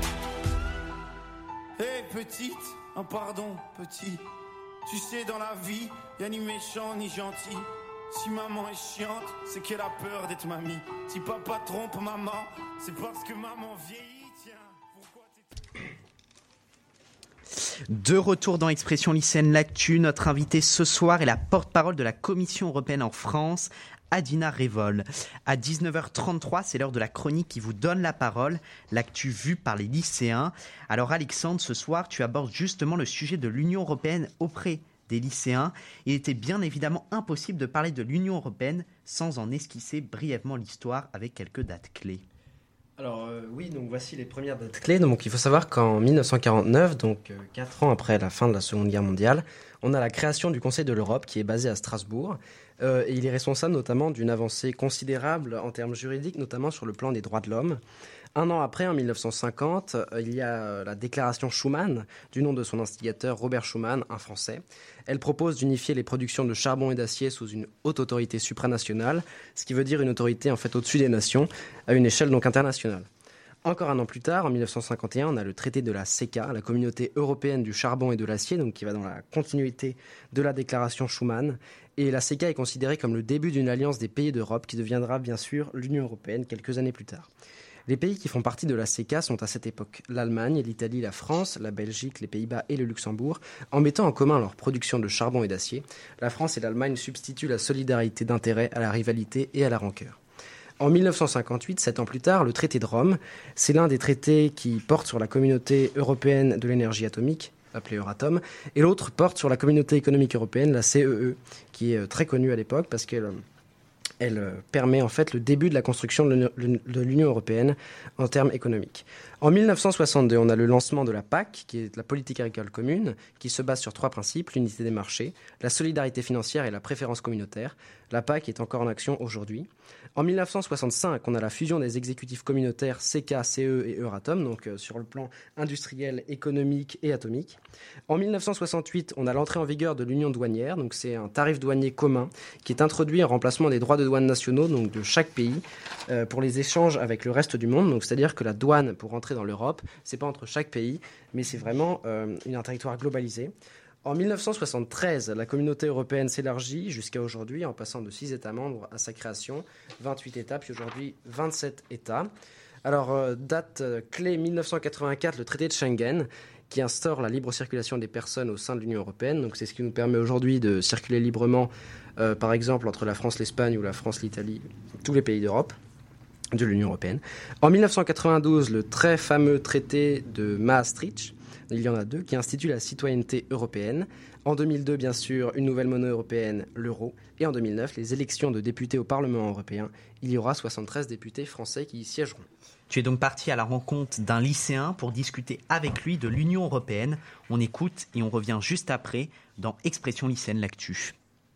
Hé hey, petite, oh pardon petit. Tu sais dans la vie, y'a ni méchant ni gentil. Si maman est chiante, c'est qu'elle a peur d'être mamie. Si papa trompe maman, c'est parce que maman vieillit. Tiens, pourquoi t'es... De retour dans Expression lycéenne l'actu, notre invitée ce soir est la porte-parole de la Commission européenne en France, Adina Révol. À dix-neuf heures trente-trois, c'est l'heure de la chronique qui vous donne la parole, l'actu vue par les lycéens. Alors Alexandre, ce soir, tu abordes justement le sujet de l'Union européenne auprès des lycéens. Il était bien évidemment impossible de parler de l'Union européenne sans en esquisser brièvement l'histoire avec quelques dates clés. Alors euh, oui, donc voici les premières dates clés. Donc il faut savoir qu'en dix-neuf cent quarante-neuf, donc euh, quatre ans après la fin de la Seconde Guerre mondiale, on a la création du Conseil de l'Europe qui est basé à Strasbourg. Euh, et il est responsable notamment d'une avancée considérable en termes juridiques, notamment sur le plan des droits de l'homme. Un an après, en dix-neuf cent cinquante, euh, il y a euh, la déclaration Schuman, du nom de son instigateur Robert Schuman, un Français. Elle propose d'unifier les productions de charbon et d'acier sous une haute autorité supranationale, ce qui veut dire une autorité en fait au-dessus des nations, à une échelle donc internationale. Encore un an plus tard, en dix-neuf cent cinquante et un, on a le traité de la C E C A, la Communauté européenne du charbon et de l'acier, donc qui va dans la continuité de la déclaration Schuman. Et la C E C A est considérée comme le début d'une alliance des pays d'Europe qui deviendra bien sûr l'Union européenne quelques années plus tard. Les pays qui font partie de la C E C A sont à cette époque l'Allemagne, l'Italie, la France, la Belgique, les Pays-Bas et le Luxembourg, en mettant en commun leur production de charbon et d'acier. La France et l'Allemagne substituent la solidarité d'intérêt à la rivalité et à la rancœur. En dix-neuf cent cinquante-huit, sept ans plus tard, le traité de Rome, c'est l'un des traités qui porte sur la communauté européenne de l'énergie atomique, appelée Euratom, et l'autre porte sur la communauté économique européenne, la C E E, qui est très connue à l'époque parce qu'elle elle permet en fait le début de la construction de l'Union européenne en termes économiques. En dix-neuf cent soixante-deux, on a le lancement de la P A C, qui est la politique agricole commune, qui se base sur trois principes, l'unité des marchés, la solidarité financière et la préférence communautaire. La P A C est encore en action aujourd'hui. En dix-neuf cent soixante-cinq, on a la fusion des exécutifs communautaires C E C A, C E E et Euratom, donc euh, sur le plan industriel, économique et atomique. En dix-neuf cent soixante-huit, on a l'entrée en vigueur de l'union douanière, donc c'est un tarif douanier commun qui est introduit en remplacement des droits de douane nationaux, donc de chaque pays, euh, pour les échanges avec le reste du monde. Donc c'est-à-dire que la douane pour rentrer dans l'Europe, c'est pas entre chaque pays, mais c'est vraiment euh, un territoire globalisé. En dix-neuf cent soixante-treize, la communauté européenne s'élargit jusqu'à aujourd'hui en passant de six États membres à sa création, vingt-huit États, puis aujourd'hui vingt-sept États. Alors, euh, date euh, clé dix-neuf cent quatre-vingt-quatre, le traité de Schengen, qui instaure la libre circulation des personnes au sein de l'Union européenne. Donc c'est ce qui nous permet aujourd'hui de circuler librement, euh, par exemple, entre la France, l'Espagne ou la France, l'Italie, tous les pays d'Europe, de l'Union européenne. En dix-neuf cent quatre-vingt-douze, le très fameux traité de Maastricht, il y en a deux, qui instituent la citoyenneté européenne. En deux mille deux, bien sûr, une nouvelle monnaie européenne, l'euro. Et en deux mille neuf, les élections de députés au Parlement européen. Il y aura soixante-treize députés français qui y siégeront. Tu es donc parti à la rencontre d'un lycéen pour discuter avec lui de l'Union européenne. On écoute et on revient juste après dans Expression lycéenne l'actu.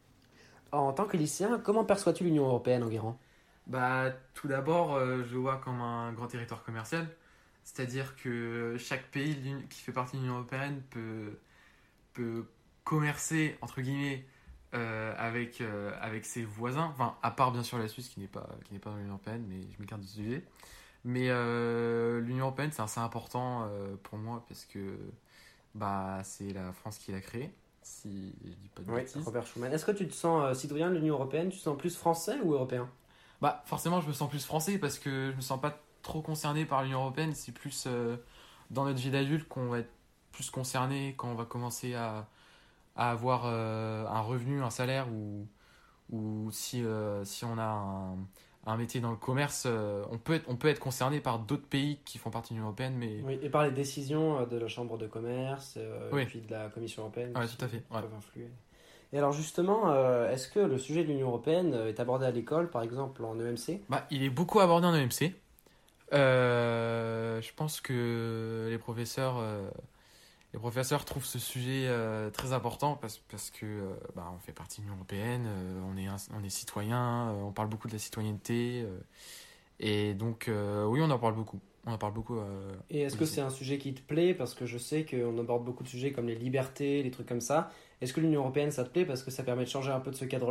En tant que lycéen, comment perçois-tu l'Union européenne, Enguerrand ? Bah, tout d'abord, euh, je le vois comme un grand territoire commercial. C'est-à-dire que chaque pays qui fait partie de l'Union européenne peut, peut commercer, entre guillemets, euh, avec, euh, avec ses voisins. Enfin, à part bien sûr la Suisse qui n'est pas, qui n'est pas dans l'Union européenne, mais je m'écarte de ce sujet. Mais euh, l'Union européenne, c'est assez important euh, pour moi parce que bah, c'est la France qui l'a créée, si je dis pas de oui, bêtises. Robert Schuman. Est-ce que tu te sens euh, citoyen de l'Union européenne ? Tu te sens plus français ou européen ? Bah, forcément, je me sens plus français parce que je me sens pas trop concerné par l'Union européenne. C'est plus euh, dans notre vie d'adulte qu'on va être plus concerné quand on va commencer à, à avoir euh, un revenu, un salaire ou, ou si, euh, si on a un, un métier dans le commerce, euh, on, peut être, on peut être concerné par d'autres pays qui font partie de l'Union européenne. Mais... Oui, et par les décisions de la Chambre de commerce euh, oui. et puis de la Commission européenne. Oui, tout à fait. Ouais. Peuvent influer. Et alors justement, euh, est-ce que le sujet de l'Union européenne est abordé à l'école, par exemple en E M C ? Bah, il est beaucoup abordé en E M C. Euh, je pense que les professeurs, euh, les professeurs trouvent ce sujet euh, très important parce, parce que euh, bah, on fait partie de l'Union européenne, euh, on est, un, on est citoyen, euh, on parle beaucoup de la citoyenneté. Euh, et donc, euh, oui, on en parle beaucoup. On en parle beaucoup. Euh, et est-ce que c'est un sujet qui te plaît ? Parce que je sais qu'on aborde beaucoup de sujets comme les libertés, les trucs comme ça. Est-ce que l'Union européenne, ça te plaît parce que ça permet de changer un peu de ce cadre-là ?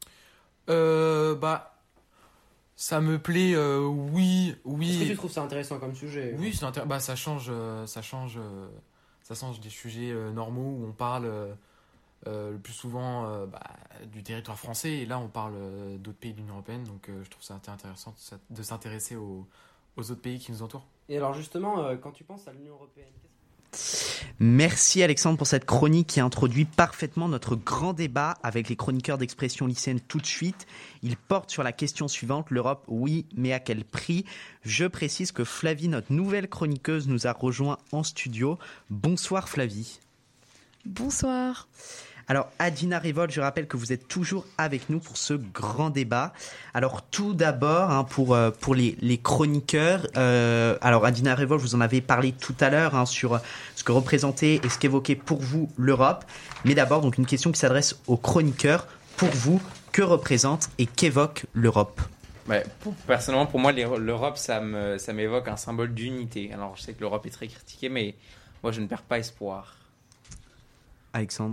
euh, Bah... Ça me plaît, euh, oui, oui. Est-ce que tu trouves ça intéressant comme sujet ? Oui, c'est intér- bah, ça change, euh, ça change, euh, ça change des sujets euh, normaux où on parle euh, euh, le plus souvent euh, bah, du territoire français et là on parle euh, d'autres pays de l'Union européenne, donc euh, je trouve ça intéressant de, de s'intéresser aux, aux autres pays qui nous entourent. Et alors justement, euh, quand tu penses à l'Union européenne, qu'est-ce Merci Alexandre pour cette chronique qui introduit parfaitement notre grand débat avec les chroniqueurs d'Expression lycéenne tout de suite. Il porte sur la question suivante, l'Europe, oui, mais à quel prix ? Je précise que Flavie, notre nouvelle chroniqueuse, nous a rejoint en studio. Bonsoir Flavie. Bonsoir. Alors, Adina Révolte, je rappelle que vous êtes toujours avec nous pour ce grand débat. Alors, tout d'abord, hein, pour, euh, pour les, les chroniqueurs, euh, alors Adina Révolte, vous en avez parlé tout à l'heure hein, sur ce que représentait et ce qu'évoquait pour vous l'Europe. Mais d'abord, donc une question qui s'adresse aux chroniqueurs. Pour vous, que représente et qu'évoque l'Europe ? Ouais, pour, personnellement, pour moi, l'Europe, ça, me, ça m'évoque un symbole d'unité. Alors, je sais que l'Europe est très critiquée, mais moi, je ne perds pas espoir. Alexandre ?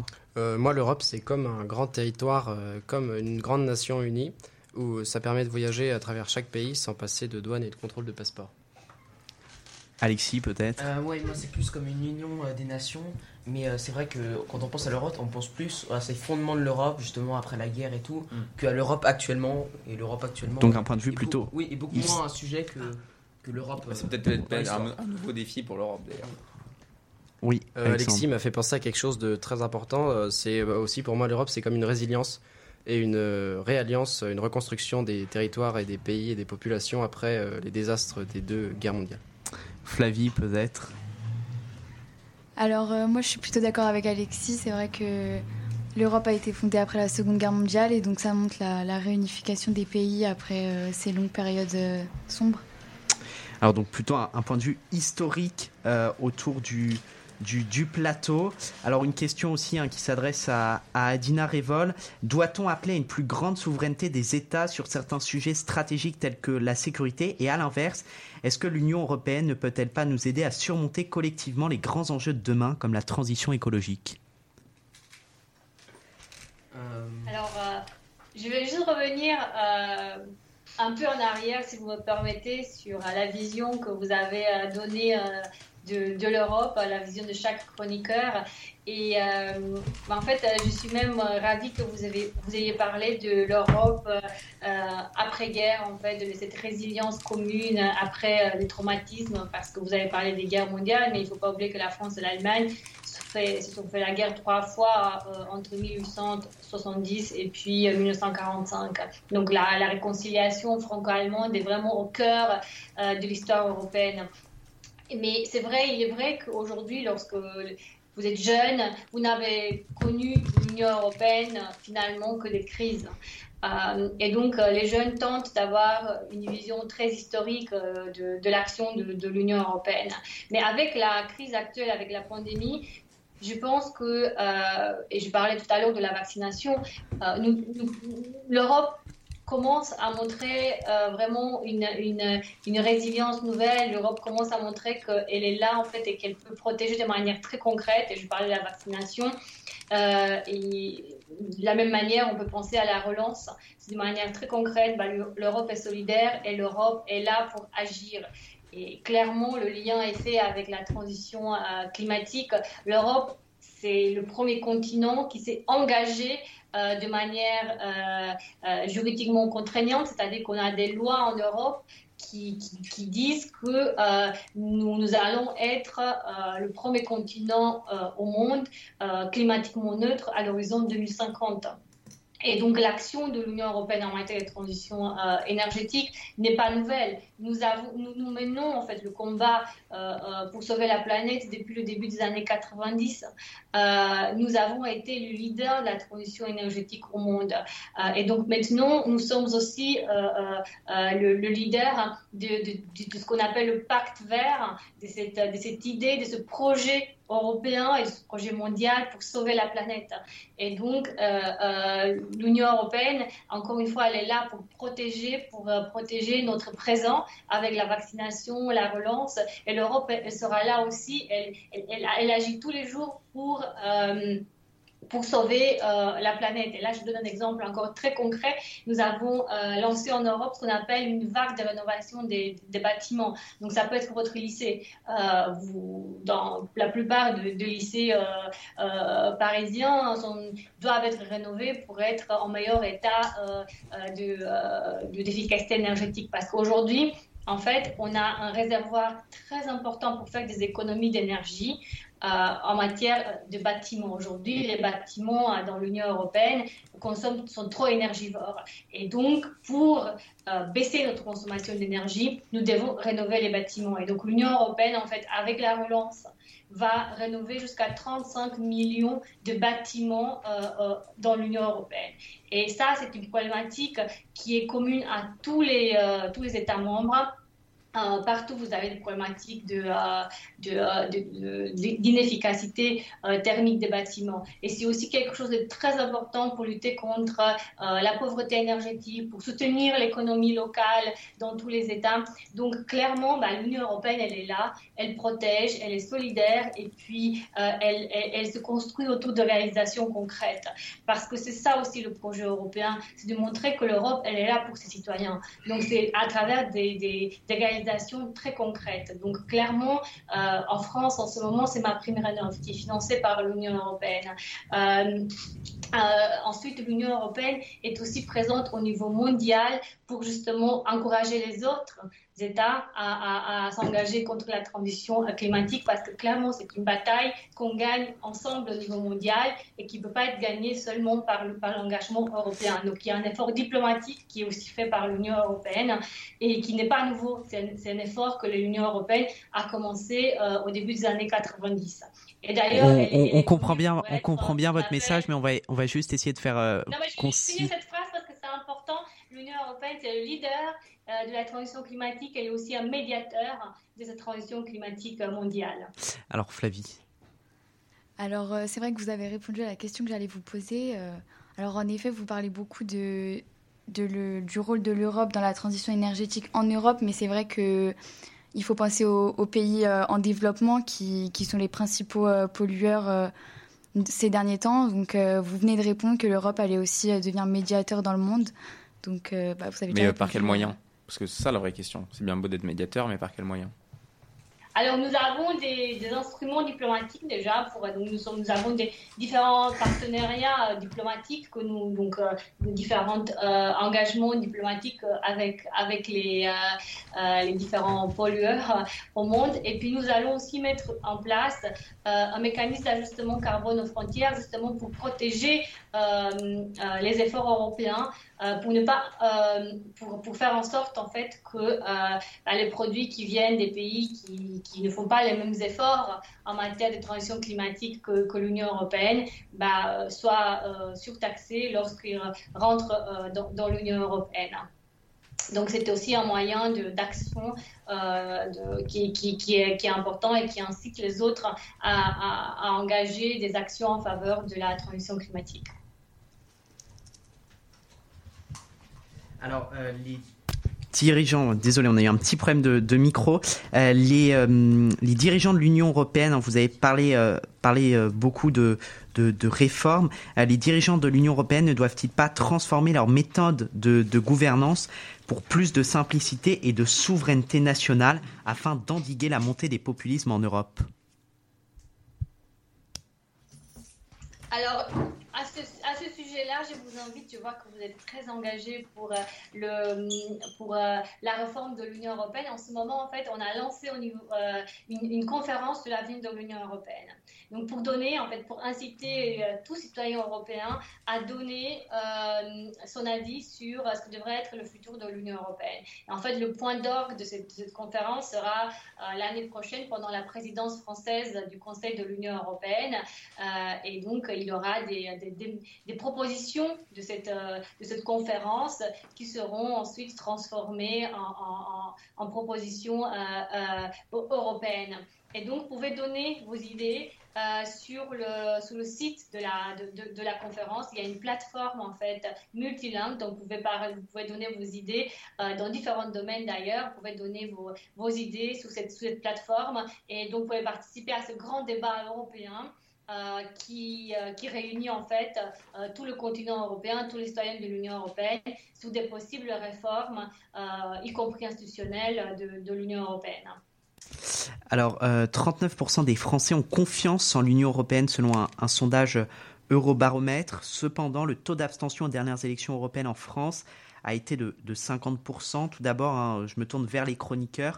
Euh, moi, l'Europe, c'est comme un grand territoire, euh, comme une grande nation unie, où ça permet de voyager à travers chaque pays sans passer de douane et de contrôle de passeport. Alexis, peut-être euh, Oui, moi, c'est plus comme une union euh, des nations, mais euh, c'est vrai que quand on pense à l'Europe, on pense plus à ces fondements de l'Europe, justement, après la guerre et tout, mm. qu'à l'Europe actuellement. Et l'Europe actuellement. Donc, un point de vue plutôt. Beaucoup, oui, et beaucoup moins un sujet que, que l'Europe. C'est peut-être, euh, peut-être un, un nouveau défi pour l'Europe, d'ailleurs. Oui, euh, Alexis m'a fait penser à quelque chose de très important. C'est aussi pour moi l'Europe, c'est comme une résilience et une réalliance, une reconstruction des territoires et des pays et des populations après euh, les désastres des deux guerres mondiales. Flavie, peut-être. Alors euh, moi, je suis plutôt d'accord avec Alexis. C'est vrai que l'Europe a été fondée après la Seconde Guerre mondiale et donc ça montre la, la réunification des pays après euh, ces longues périodes euh, sombres. Alors donc plutôt un, un point de vue historique euh, autour du Du, du plateau. Alors une question aussi hein, qui s'adresse à, à Adina Révolte. Doit-on appeler à une plus grande souveraineté des États sur certains sujets stratégiques tels que la sécurité ? Et à l'inverse, est-ce que l'Union européenne ne peut-elle pas nous aider à surmonter collectivement les grands enjeux de demain comme la transition écologique ? euh... Alors, euh, je vais juste revenir euh, un peu en arrière, si vous me permettez, sur euh, la vision que vous avez euh, donnée euh, De, de l'Europe, la vision de chaque chroniqueur. Et euh, en fait, je suis même ravie que vous, avez, vous ayez parlé de l'Europe euh, après-guerre, en fait, de cette résilience commune après euh, les traumatismes, parce que vous avez parlé des guerres mondiales, mais il ne faut pas oublier que la France et l'Allemagne se, fait, se sont fait la guerre trois fois euh, entre mille huit cent soixante-dix et puis euh, mille neuf cent quarante-cinq. Donc la, la réconciliation franco-allemande est vraiment au cœur euh, de l'histoire européenne. Mais c'est vrai, il est vrai qu'aujourd'hui, lorsque vous êtes jeune, vous n'avez connu l'Union européenne finalement que des crises. Euh, et donc, les jeunes tentent d'avoir une vision très historique de, de l'action de, de l'Union européenne. Mais avec la crise actuelle, avec la pandémie, je pense que, euh, et je parlais tout à l'heure de la vaccination, euh, nous, nous, l'Europe commence à montrer euh, vraiment une, une, une résilience nouvelle. L'Europe commence à montrer qu'elle est là en fait et qu'elle peut protéger de manière très concrète. Et je parlais de la vaccination. Euh, et de la même manière, on peut penser à la relance. De manière très concrète, bah, l'Europe est solidaire et l'Europe est là pour agir. Et clairement, le lien est fait avec la transition euh, climatique. L'Europe, c'est le premier continent qui s'est engagé Euh, de manière euh, euh, juridiquement contraignante, c'est-à-dire qu'on a des lois en Europe qui, qui, qui disent que euh, nous, nous allons être euh, le premier continent euh, au monde euh, climatiquement neutre à l'horizon deux mille cinquante. Et donc l'action de l'Union européenne en matière de transition euh, énergétique n'est pas nouvelle. Nous, avons, nous, nous menons en fait le combat euh, euh, pour sauver la planète depuis le début des années quatre-vingt-dix. Euh, nous avons été le leader de la transition énergétique au monde. Euh, et donc maintenant, nous sommes aussi euh, euh, le, le leader de, de, de, de ce qu'on appelle le pacte vert, de cette, de cette idée, de ce projet européen et ce projet mondial pour sauver la planète. Et donc, euh, euh, l'Union européenne, encore une fois, elle est là pour protéger, pour euh, protéger notre présent avec la vaccination, la relance. Et l'Europe, elle, elle sera là aussi. Elle, elle, elle, elle agit tous les jours pour... Euh, pour sauver euh, la planète. Et là, je donne un exemple encore très concret. Nous avons euh, lancé en Europe ce qu'on appelle une vague de rénovation des, des bâtiments. Donc, ça peut être votre lycée. Euh, vous, dans la plupart de, de lycées euh, euh, parisiens sont, doivent être rénovés pour être en meilleur état euh, de, euh, de, d'efficacité énergétique. Parce qu'aujourd'hui, en fait, on a un réservoir très important pour faire des économies d'énergie. euh, en matière de bâtiments. Aujourd'hui, les bâtiments euh, dans l'Union européenne consomment, sont trop énergivores. Et donc, pour euh, baisser notre consommation d'énergie, nous devons rénover les bâtiments. Et donc, l'Union européenne, en fait, avec la relance, va rénover jusqu'à trente-cinq millions de bâtiments euh, euh, dans l'Union européenne. Et ça, c'est une problématique qui est commune à tous les, euh, tous les États membres. Euh, partout, vous avez des problématiques de, euh, de, euh, de, de, d'inefficacité euh, thermique des bâtiments. Et c'est aussi quelque chose de très important pour lutter contre euh, la pauvreté énergétique, pour soutenir l'économie locale dans tous les États. Donc, clairement, bah, l'Union européenne, elle est là, elle protège, elle est solidaire et puis euh, elle, elle, elle se construit autour de réalisations concrètes. Parce que c'est ça aussi le projet européen, c'est de montrer que l'Europe, elle est là pour ses citoyens. Donc, c'est à travers des, des, des réalisations très concrètes. Donc clairement, euh, en France, en ce moment, c'est MaPrimeRénov' qui est financée par l'Union européenne. Euh, euh, ensuite, l'Union européenne est aussi présente au niveau mondial pour justement encourager les autres États à, à, à s'engager contre la transition climatique parce que clairement, c'est une bataille qu'on gagne ensemble au niveau mondial et qui ne peut pas être gagnée seulement par, le, par l'engagement européen. Donc, il y a un effort diplomatique qui est aussi fait par l'Union européenne et qui n'est pas nouveau. C'est un, c'est un effort que l'Union européenne a commencé euh, au début des années quatre-vingt-dix. Et d'ailleurs, on, elle, on, elle on comprend bien, on comprend bien votre message, mais on va, on va juste essayer de faire euh, non, mais je concis. vais finir cette phrase parce que c'est important. L'Union européenne, c'est le leader euh, de la transition climatique. Elle est aussi un médiateur de cette transition climatique mondiale. Alors, Flavie. Alors, euh, c'est vrai que vous avez répondu à la question que j'allais vous poser. Euh, alors, en effet, vous parlez beaucoup de, de le, du rôle de l'Europe dans la transition énergétique en Europe, mais c'est vrai que il faut penser aux, aux pays euh, en développement qui, qui sont les principaux euh, pollueurs euh, ces derniers temps. Donc, euh, vous venez de répondre que l'Europe allait aussi euh, devenir médiateur dans le monde. Donc, euh, bah, vous avez mais euh, par quel moyen ? Parce que c'est ça la vraie question. C'est bien beau d'être médiateur, mais par quel moyen ? Alors, nous avons des, des instruments diplomatiques déjà. Pour, donc nous, sommes, nous avons des différents partenariats euh, diplomatiques, que nous, donc euh, différents euh, engagements diplomatiques euh, avec, avec les, euh, euh, les différents pollueurs euh, au monde. Et puis, nous allons aussi mettre en place euh, un mécanisme d'ajustement carbone aux frontières, justement pour protéger euh, euh, les efforts européens, euh, pour ne pas, euh, pour, pour faire en sorte en fait que euh, bah, les produits qui viennent des pays qui qui ne font pas les mêmes efforts en matière de transition climatique que, que l'Union européenne, bah, soient euh, surtaxés lorsqu'ils rentrent euh, dans, dans l'Union européenne. Donc, c'est aussi un moyen de, d'action euh, de, qui, qui, qui, est, qui est important et qui incite les autres à, à, à engager des actions en faveur de la transition climatique. Alors, euh, les dirigeants, désolé, on a eu un petit problème de, de micro. Euh, les, euh, les dirigeants de l'Union européenne, vous avez parlé, euh, parlé euh, beaucoup de, de, de réformes. Euh, les dirigeants de l'Union européenne ne doivent-ils pas transformer leur méthode de, de gouvernance pour plus de simplicité et de souveraineté nationale afin d'endiguer la montée des populismes en Europe ? Alors, à ce, à ce sujet-là, je vous invite, je vois que vous êtes très engagés pour, euh, le, pour euh, la réforme de l'Union européenne. En ce moment, en fait, on a lancé au niveau, euh, une, une conférence sur l'avenir de l'Union européenne. Donc, pour donner, en fait, pour inciter euh, tout citoyen européen à donner euh, son avis sur euh, ce que devrait être le futur de l'Union européenne. Et en fait, le point d'orgue de cette, de cette conférence sera euh, l'année prochaine pendant la présidence française du Conseil de l'Union européenne. Euh, et donc, il y aura des, des, des, des propositions de cette, euh, de cette conférence qui seront ensuite transformées en, en, en propositions euh, euh, européennes. Et donc, vous pouvez donner vos idées euh, sur, le, sur le site de la, de, de, de la conférence. Il y a une plateforme, en fait, multilingue. Donc, vous pouvez, parler, vous pouvez donner vos idées euh, dans différents domaines, d'ailleurs. Vous pouvez donner vos, vos idées sur cette, sur cette plateforme. Et donc, vous pouvez participer à ce grand débat européen euh, qui, euh, qui réunit, en fait, euh, tout le continent européen, tous les citoyens de l'Union européenne, sur des possibles réformes, euh, y compris institutionnelles, de, de l'Union européenne. Alors, euh, trente-neuf pour cent des Français ont confiance en l'Union européenne selon un, un sondage Eurobaromètre. Cependant, le taux d'abstention aux dernières élections européennes en France a été de, de cinquante pour cent. Tout d'abord, hein, je me tourne vers les chroniqueurs.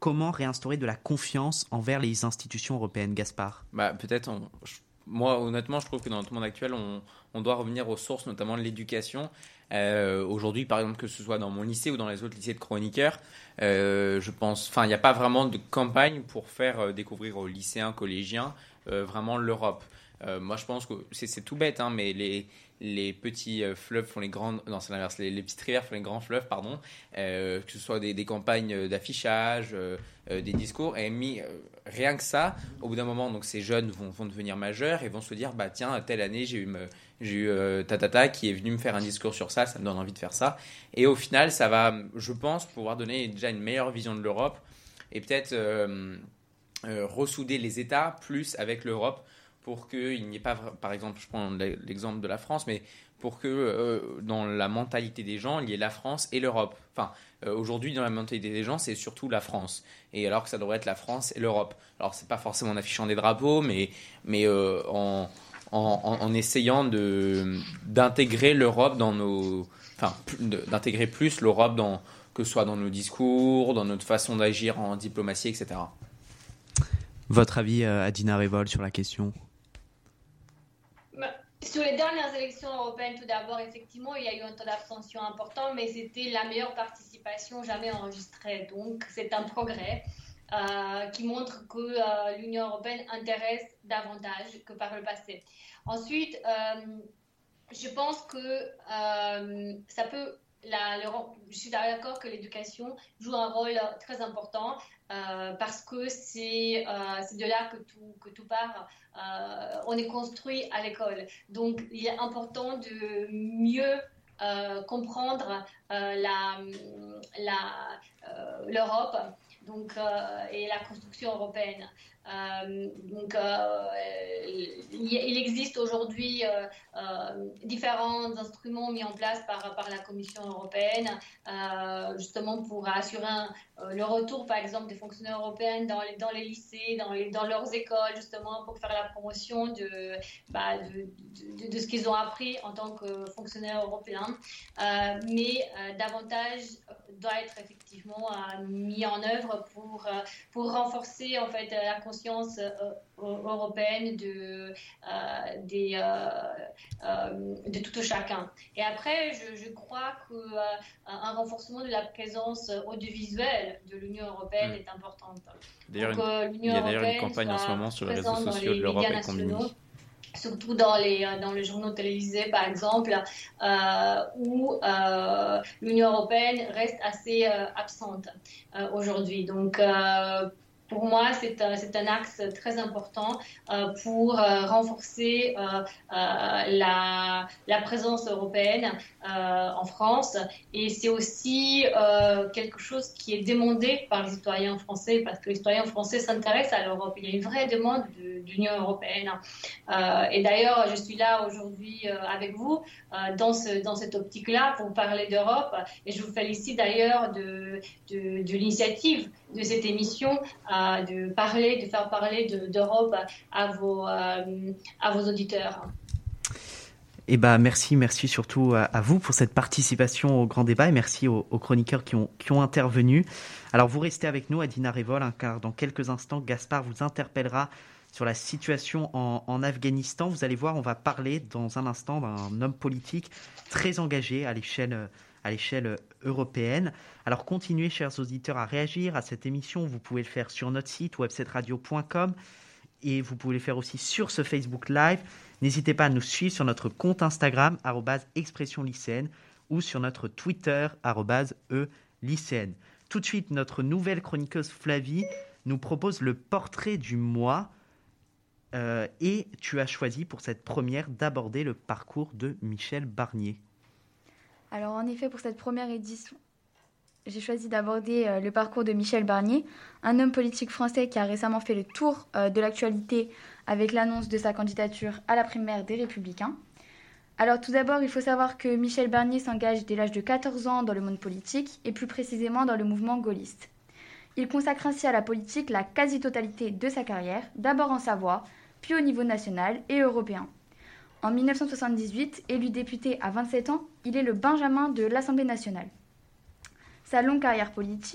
comment réinstaurer de la confiance envers les institutions européennes, Gaspard? Bah, peut-être, on- je- moi honnêtement, je trouve que dans notre monde actuel, on, on doit revenir aux sources, notamment de l'éducation. Euh, aujourd'hui, par exemple, que ce soit dans mon lycée ou dans les autres lycées de chroniqueurs, euh, je pense, enfin, il n'y a pas vraiment de campagne pour faire euh, découvrir aux lycéens, collégiens, euh, vraiment l'Europe. Euh, moi, je pense que c'est, c'est tout bête, hein, mais les, les petits euh, fleuves font les grandes, non, c'est l'inverse, les, les petites rivières font les grands fleuves, pardon, euh, que ce soit des, des campagnes d'affichage, euh, euh, des discours, et mis, euh, rien que ça, au bout d'un moment, donc ces jeunes vont, vont devenir majeurs et vont se dire, bah tiens, telle année, j'ai eu, me, j'ai eu euh, Tatata qui est venu me faire un discours sur ça, ça me donne envie de faire ça. Et au final, ça va, je pense, pouvoir donner déjà une meilleure vision de l'Europe et peut-être euh, euh, ressouder les États plus avec l'Europe pour qu'il n'y ait pas, par exemple, je prends l'exemple de la France, mais pour que euh, dans la mentalité des gens, il y ait la France et l'Europe. Enfin, euh, aujourd'hui, dans la mentalité des gens, c'est surtout la France. Et alors que ça devrait être la France et l'Europe. Alors, c'est pas forcément en affichant des drapeaux, mais, mais euh, en, en, en essayant de, d'intégrer l'Europe dans nos... Enfin, d'intégrer plus l'Europe dans, que ce soit dans nos discours, dans notre façon d'agir en diplomatie, et cetera. Votre avis, euh, Adina Révol, sur la question? Sur les dernières élections européennes, tout d'abord, effectivement, il y a eu un taux d'abstention important, mais c'était la meilleure participation jamais enregistrée. Donc, c'est un progrès euh, qui montre que euh, l'Union européenne intéresse davantage que par le passé. Ensuite, euh, je pense que euh, ça peut... La, le, je suis d'accord que l'éducation joue un rôle très important euh, parce que c'est, euh, c'est de là que tout, que tout part. Euh, on est construit à l'école. Donc, il est important de mieux euh, comprendre euh, la, la, euh, l'Europe donc, euh, et la construction européenne. Euh, donc, euh, il existe aujourd'hui euh, euh, différents instruments mis en place par, par la Commission européenne, euh, justement pour assurer un, euh, le retour, par exemple, des fonctionnaires européens dans les, dans les lycées, dans, les, dans leurs écoles, justement pour faire la promotion de, bah, de, de, de ce qu'ils ont appris en tant que fonctionnaires européens. Euh, mais euh, davantage doit être effectivement euh, mis en œuvre pour, euh, pour renforcer en fait la conscience euh, européenne de, euh, des, euh, euh, de tout un chacun. Et après, je, je crois qu'un euh, renforcement de la présence audiovisuelle de l'Union européenne mmh. est importante. D'ailleurs, Donc, euh, il y a d'ailleurs une campagne en ce moment sur les réseaux sociaux de l'Europe et Combini. Surtout dans les, dans les journaux télévisés, par exemple, euh, où euh, l'Union européenne reste assez euh, absente euh, aujourd'hui. Donc, euh, pour moi, c'est un, c'est un axe très important euh, pour euh, renforcer euh, euh, la, la présence européenne euh, en France. Et c'est aussi euh, quelque chose qui est demandé par les citoyens français, parce que les citoyens français s'intéressent à l'Europe. Il y a une vraie demande de, de l'Union européenne. Euh, et d'ailleurs, je suis là aujourd'hui euh, avec vous euh, dans, ce, dans cette optique-là pour parler d'Europe. Et je vous félicite d'ailleurs de, de, de l'initiative de cette émission, euh, de parler, de faire parler de, d'Europe à vos, euh, à vos auditeurs. Eh ben, merci, merci surtout à, à vous pour cette participation au grand débat et merci aux, aux chroniqueurs qui ont, qui ont intervenu. Alors vous restez avec nous, Adina Révol, hein, car dans quelques instants, Gaspard vous interpellera sur la situation en, en Afghanistan. Vous allez voir, on va parler dans un instant d'un homme politique très engagé à l'échelle à l'échelle européenne. Alors continuez, chers auditeurs, à réagir à cette émission. Vous pouvez le faire sur notre site web sept radio point com et vous pouvez le faire aussi sur ce Facebook Live. N'hésitez pas à nous suivre sur notre compte Instagram arobase expression lycéenne ou sur notre Twitter arobase e lycéenne. Tout de suite, notre nouvelle chroniqueuse Flavie nous propose le portrait du mois euh, et tu as choisi pour cette première d'aborder le parcours de Michel Barnier. Alors en effet, pour cette première édition, j'ai choisi d'aborder euh, le parcours de Michel Barnier, un homme politique français qui a récemment fait le tour euh, de l'actualité avec l'annonce de sa candidature à la primaire des Républicains. Alors tout d'abord, il faut savoir que Michel Barnier s'engage dès l'âge de quatorze ans dans le monde politique et plus précisément dans le mouvement gaulliste. Il consacre ainsi à la politique la quasi-totalité de sa carrière, d'abord en Savoie, puis au niveau national et européen. En dix-neuf cent soixante-dix-huit, élu député à vingt-sept ans, il est le Benjamin de l'Assemblée nationale. Sa longue carrière politique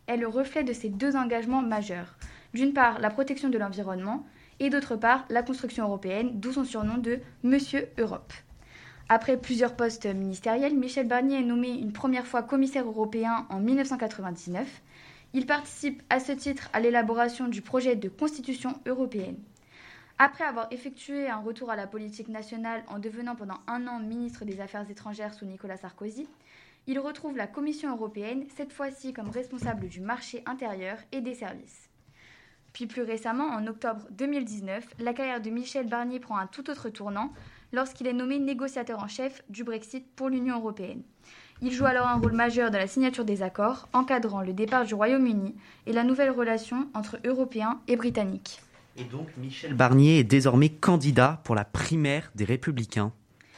est le reflet de ces deux engagements majeurs. D'une part, la protection de l'environnement et d'autre part, la construction européenne, d'où son surnom de Monsieur Europe. Après plusieurs postes ministériels, Michel Barnier est nommé une première fois commissaire européen en dix-neuf cent quatre-vingt-dix-neuf. Il participe à ce titre à l'élaboration du projet de constitution européenne. Après avoir effectué un retour à la politique nationale en devenant pendant un an ministre des Affaires étrangères sous Nicolas Sarkozy, il retrouve la Commission européenne, cette fois-ci comme responsable du marché intérieur et des services. Puis plus récemment, en octobre deux mille dix-neuf, la carrière de Michel Barnier prend un tout autre tournant lorsqu'il est nommé négociateur en chef du Brexit pour l'Union européenne. Il joue alors un rôle majeur dans la signature des accords, encadrant le départ du Royaume-Uni et la nouvelle relation entre Européens et Britanniques. Et donc Michel Barnier est désormais candidat pour la primaire des Républicains.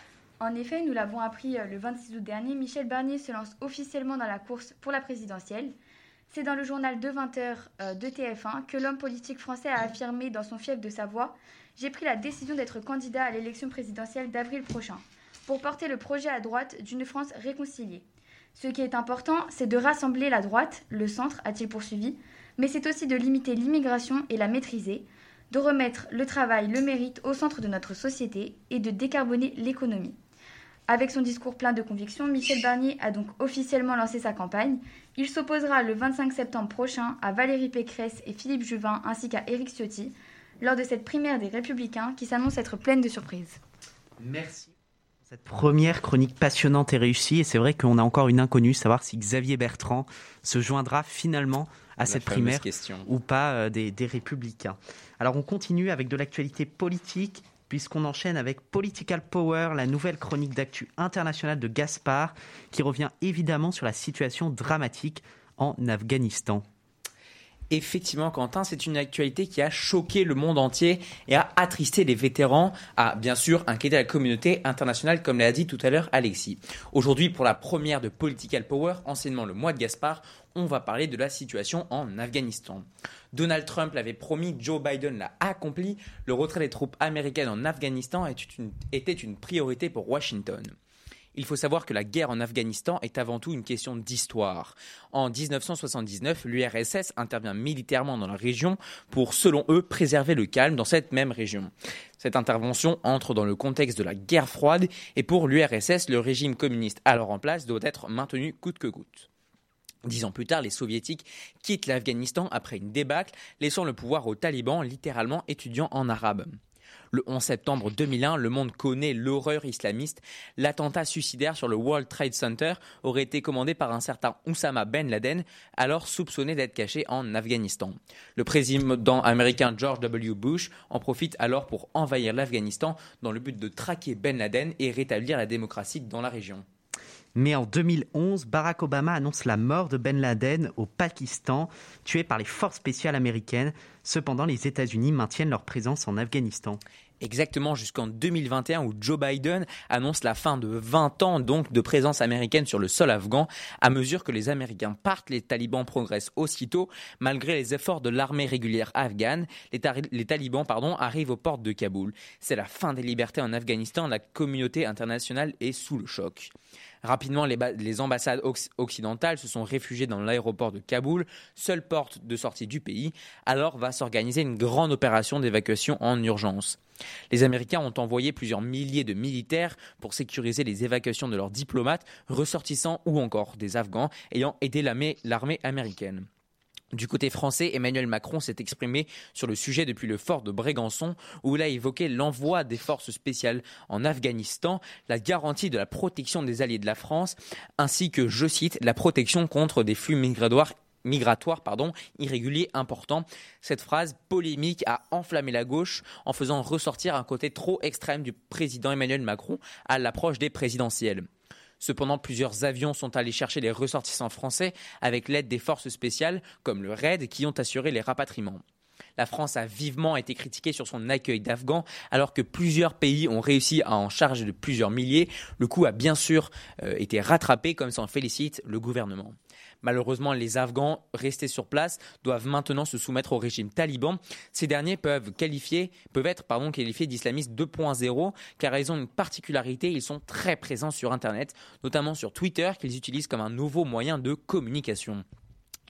En effet, nous l'avons appris le vingt-six août dernier, Michel Barnier se lance officiellement dans la course pour la présidentielle. C'est dans le journal de vingt heures de T F un que l'homme politique français a affirmé dans son fief de Savoie « J'ai pris la décision d'être candidat à l'élection présidentielle d'avril prochain pour porter le projet à droite d'une France réconciliée. Ce qui est important, c'est de rassembler la droite, le centre, a-t-il poursuivi, mais c'est aussi de limiter l'immigration et la maîtriser, de remettre le travail, le mérite au centre de notre société et de décarboner l'économie. » Avec son discours plein de conviction, Michel Barnier a donc officiellement lancé sa campagne. Il s'opposera le vingt-cinq septembre prochain à Valérie Pécresse et Philippe Juvin ainsi qu'à Éric Ciotti lors de cette primaire des Républicains qui s'annonce être pleine de surprises. Merci. Cette première chronique passionnante et réussie, et c'est vrai qu'on a encore une inconnue, savoir si Xavier Bertrand se joindra finalement à La cette fameuse primaire question. ou pas euh, des, des Républicains. Alors on continue avec de l'actualité politique, puisqu'on enchaîne avec Political Power, la nouvelle chronique d'actu internationale de Gaspard, qui revient évidemment sur la situation dramatique en Afghanistan. Effectivement, Quentin, c'est une actualité qui a choqué le monde entier et a attristé les vétérans, a bien sûr inquiété la communauté internationale, comme l'a dit tout à l'heure Alexis. Aujourd'hui, pour la première de Political Power, anciennement le mois de Gaspard, on va parler de la situation en Afghanistan. Donald Trump l'avait promis, Joe Biden l'a accompli, le retrait des troupes américaines en Afghanistan était une, était une priorité pour Washington. Il faut savoir que la guerre en Afghanistan est avant tout une question d'histoire. En dix-neuf cent soixante-dix-neuf, l'U R S S intervient militairement dans la région pour, selon eux, préserver le calme dans cette même région. Cette intervention entre dans le contexte de la guerre froide et pour l'U R S S, le régime communiste alors en place doit être maintenu coûte que coûte. Dix ans plus tard, les soviétiques quittent l'Afghanistan après une débâcle, laissant le pouvoir aux talibans, littéralement étudiants en arabe. Le onze septembre deux mille un, le monde connaît l'horreur islamiste. L'attentat suicidaire sur le World Trade Center aurait été commandé par un certain Oussama Ben Laden, alors soupçonné d'être caché en Afghanistan. Le président américain George W. Bush en profite alors pour envahir l'Afghanistan dans le but de traquer Ben Laden et rétablir la démocratie dans la région. Mais en deux mille onze, Barack Obama annonce la mort de Ben Laden au Pakistan, tué par les forces spéciales américaines. Cependant, les États-Unis maintiennent leur présence en Afghanistan. Exactement jusqu'en deux mille vingt et un où Joe Biden annonce la fin de vingt ans donc de présence américaine sur le sol afghan. À mesure que les Américains partent, les talibans progressent aussitôt. Malgré les efforts de l'armée régulière afghane, les, tar- les talibans pardon, arrivent aux portes de Kaboul. C'est la fin des libertés en Afghanistan. La communauté internationale est sous le choc. Rapidement, les, ba- les ambassades ox- occidentales se sont réfugiées dans l'aéroport de Kaboul, seule porte de sortie du pays. Alors va s'organiser une grande opération d'évacuation en urgence. Les Américains ont envoyé plusieurs milliers de militaires pour sécuriser les évacuations de leurs diplomates, ressortissants ou encore des Afghans ayant aidé l'armée, l'armée américaine. Du côté français, Emmanuel Macron s'est exprimé sur le sujet depuis le fort de Brégançon, où il a évoqué l'envoi des forces spéciales en Afghanistan, la garantie de la protection des alliés de la France, ainsi que, je cite, la protection contre des flux migratoires migratoire pardon, irrégulier important. Cette phrase polémique a enflammé la gauche en faisant ressortir un côté trop extrême du président Emmanuel Macron à l'approche des présidentielles. Cependant, plusieurs avions sont allés chercher les ressortissants français avec l'aide des forces spéciales comme le R A I D qui ont assuré les rapatriements. La France a vivement été critiquée sur son accueil d'Afghans, alors que plusieurs pays ont réussi à en charger de plusieurs milliers. Le coup a bien sûr euh, été rattrapé, comme s'en félicite le gouvernement. Malheureusement, les Afghans restés sur place doivent maintenant se soumettre au régime taliban. Ces derniers peuvent, qualifier, peuvent être pardon, qualifiés d'islamistes deux point zéro car ils ont une particularité, ils sont très présents sur Internet, notamment sur Twitter qu'ils utilisent comme un nouveau moyen de communication.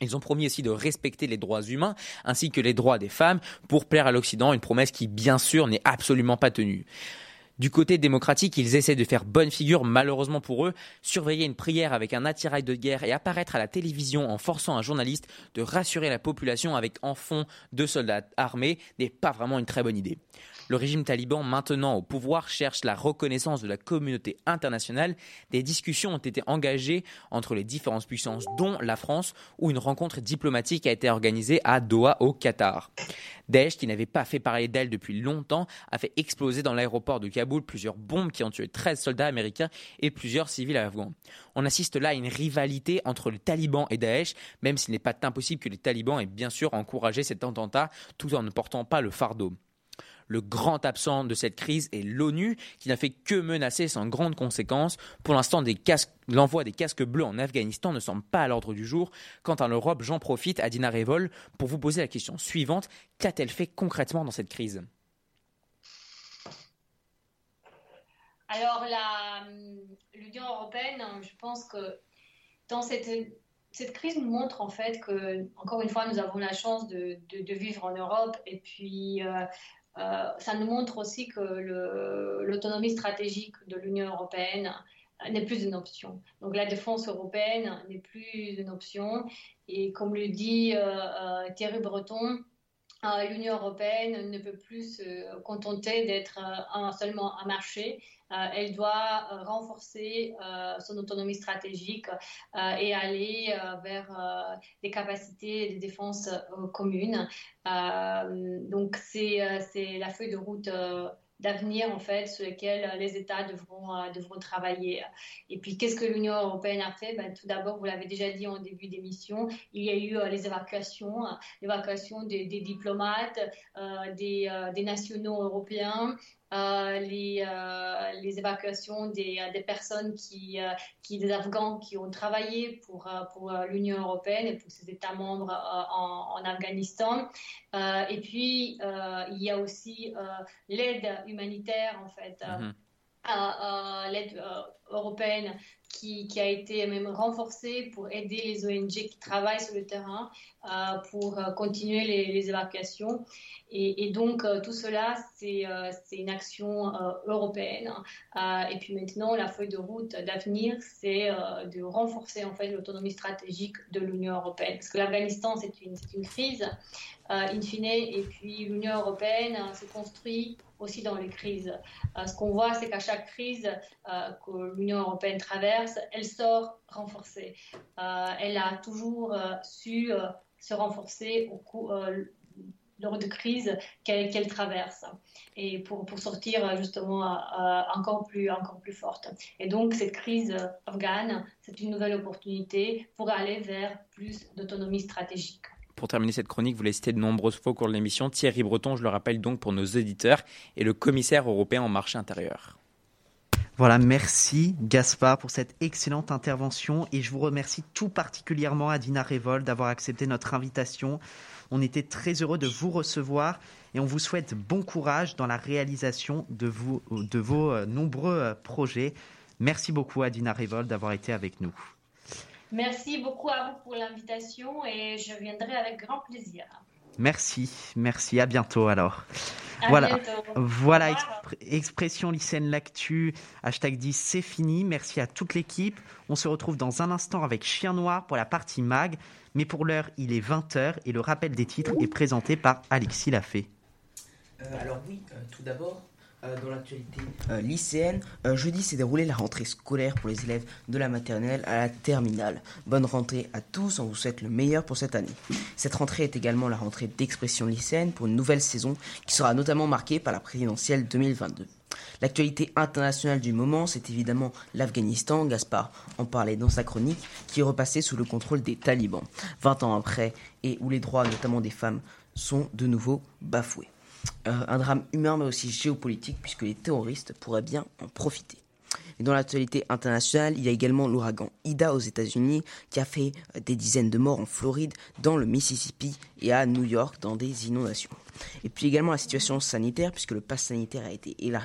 Ils ont promis aussi de respecter les droits humains ainsi que les droits des femmes pour plaire à l'Occident, une promesse qui bien sûr n'est absolument pas tenue. Du côté démocratique, ils essaient de faire bonne figure, malheureusement pour eux. Surveiller une prière avec un attirail de guerre et apparaître à la télévision en forçant un journaliste de rassurer la population avec en fond deux soldats armés n'est pas vraiment une très bonne idée. Le régime taliban, maintenant au pouvoir, cherche la reconnaissance de la communauté internationale. Des discussions ont été engagées entre les différentes puissances, dont la France, où une rencontre diplomatique a été organisée à Doha, au Qatar. Daesh, qui n'avait pas fait parler d'elle depuis longtemps, a fait exploser dans l'aéroport de Kaboul plusieurs bombes qui ont tué treize soldats américains et plusieurs civils afghans. On assiste là à une rivalité entre les talibans et Daesh, même s'il n'est pas impossible que les talibans aient bien sûr encouragé cet attentat tout en ne portant pas le fardeau. Le grand absent de cette crise est l'ONU, qui n'a fait que menacer sans grandes conséquences. Pour l'instant, des casques, l'envoi des casques bleus en Afghanistan ne semble pas à l'ordre du jour. Quant à l'Europe, j'en profite, Adina Revol, pour vous poser la question suivante. Qu'a-t-elle fait concrètement dans cette crise ? Alors, la, l'Union européenne, je pense que dans cette, cette crise nous montre en fait que, encore une fois, nous avons la chance de, de, de vivre en Europe et puis... Euh, Euh, ça nous montre aussi que le, l'autonomie stratégique de l'Union européenne n'est plus une option. Donc la défense européenne n'est plus une option. Et comme le dit euh, euh, Thierry Breton, euh, l'Union européenne ne peut plus se contenter d'être euh, un, seulement un marché. Euh, elle doit euh, renforcer euh, son autonomie stratégique euh, et aller euh, vers euh, des capacités de défense euh, communes. Euh, donc c'est, euh, c'est la feuille de route euh, d'avenir en fait sur lesquels les États devront, euh, devront travailler. Et puis qu'est-ce que l'Union européenne a fait? Ben, tout d'abord, vous l'avez déjà dit en début d'émission, il y a eu euh, les évacuations, euh, l'évacuation des, des diplomates, euh, des, euh, des nationaux européens. Euh, les, euh, les évacuations des, des personnes qui, euh, qui, des Afghans qui ont travaillé pour, euh, pour l'Union européenne et pour ses États membres euh, en, en Afghanistan. Euh, et puis, euh, il y a aussi euh, l'aide humanitaire, en fait, euh, mm-hmm. euh, euh, l'aide euh, européenne qui, qui a été même renforcée pour aider les O N G qui travaillent sur le terrain euh, pour continuer les, les évacuations. Et, et donc, euh, tout cela, c'est, euh, c'est une action euh, européenne. Euh, et puis maintenant, la feuille de route d'avenir, c'est euh, de renforcer en fait l'autonomie stratégique de l'Union européenne. Parce que l'Afghanistan, c'est une, c'est une crise, euh, in fine, et puis l'Union européenne euh, se construit aussi dans les crises. Euh, ce qu'on voit, c'est qu'à chaque crise euh, que l'Union européenne traverse, elle sort renforcée. Euh, elle a toujours euh, su euh, se renforcer au cours euh, lors de crises qu'elle, qu'elle traverse et pour, pour sortir justement euh, encore, plus, encore plus forte. Et donc cette crise afghane, c'est une nouvelle opportunité pour aller vers plus d'autonomie stratégique. Pour terminer cette chronique, vous l'avez cité de nombreuses fois au cours de l'émission, Thierry Breton, je le rappelle donc pour nos auditeurs, est le commissaire européen en marché intérieur. Voilà, merci Gaspard pour cette excellente intervention et je vous remercie tout particulièrement Adina Revol d'avoir accepté notre invitation. On était très heureux de vous recevoir et on vous souhaite bon courage dans la réalisation de, vous, de vos nombreux projets. Merci beaucoup Adina Revol d'avoir été avec nous. Merci beaucoup à vous pour l'invitation et je viendrai avec grand plaisir. Merci, merci, à bientôt alors. À voilà, bientôt. voilà expr- Expression lycéenne l'actu, hashtag dix, c'est fini. Merci à toute l'équipe. On se retrouve dans un instant avec Chien Noir pour la partie mag. Mais pour l'heure, il est vingt heures et le rappel des titres est présenté par Alexis Lafay. Euh, alors oui, euh, tout d'abord, euh, dans l'actualité euh, lycéenne, euh, jeudi s'est déroulée la rentrée scolaire pour les élèves de la maternelle à la terminale. Bonne rentrée à tous, on vous souhaite le meilleur pour cette année. Cette rentrée est également la rentrée d'Expression lycéenne pour une nouvelle saison qui sera notamment marquée par la présidentielle deux mille vingt-deux. L'actualité internationale du moment, c'est évidemment l'Afghanistan. Gaspard en parlait dans sa chronique, qui est repassé sous le contrôle des talibans, vingt ans après, et où les droits, notamment des femmes, sont de nouveau bafoués. Euh, un drame humain, mais aussi géopolitique, puisque les terroristes pourraient bien en profiter. Et dans l'actualité internationale, il y a également l'ouragan Ida aux États-Unis, qui a fait des dizaines de morts en Floride, dans le Mississippi et à New York, dans des inondations. Et puis également la situation sanitaire, puisque le pass sanitaire a été élargi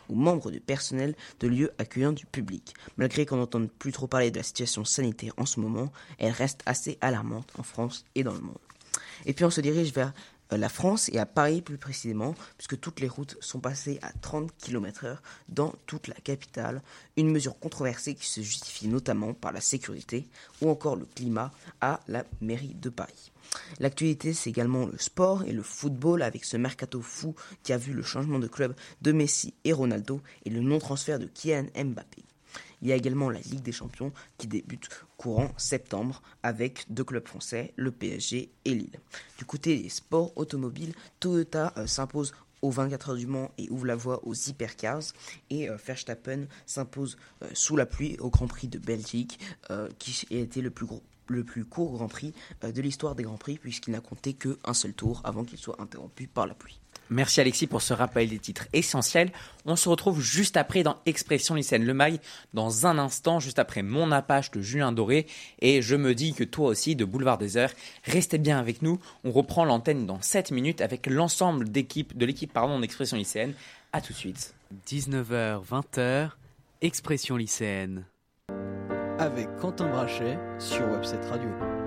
ou membres du personnel de lieux accueillant du public. Malgré qu'on n'entende plus trop parler de la situation sanitaire en ce moment, elle reste assez alarmante en France et dans le monde. Et puis on se dirige vers la France et à Paris plus précisément, puisque toutes les routes sont passées à trente kilomètres heure dans toute la capitale, une mesure controversée qui se justifie notamment par la sécurité ou encore le climat à la mairie de Paris. L'actualité, c'est également le sport et le football avec ce mercato fou qui a vu le changement de club de Messi et Ronaldo et le non-transfert de Kylian Mbappé. Il y a également la Ligue des Champions qui débute courant septembre avec deux clubs français, le P S G et Lille. Du côté des sports automobiles, Toyota euh, s'impose aux vingt-quatre heures du Mans et ouvre la voie aux hypercars. Et euh, Verstappen s'impose euh, sous la pluie au Grand Prix de Belgique, euh, qui a été le plus gros. le plus court Grand Prix euh, de l'histoire des Grands Prix, puisqu'il n'a compté qu'un seul tour avant qu'il soit interrompu par la pluie. Merci Alexis pour ce rappel des titres essentiels. On se retrouve juste après dans Expression lycéenne Le Mag, dans un instant, juste après Mon Apache de Julien Doré. Et je me dis que toi aussi, de Boulevard des Heures, restez bien avec nous. On reprend l'antenne dans sept minutes avec l'ensemble d'équipe, de l'équipe pardon, d'Expression lycéenne. A tout de suite. dix-neuf heures vingt, Expression lycéenne. Avec Quentin Brachet sur Webset Radio.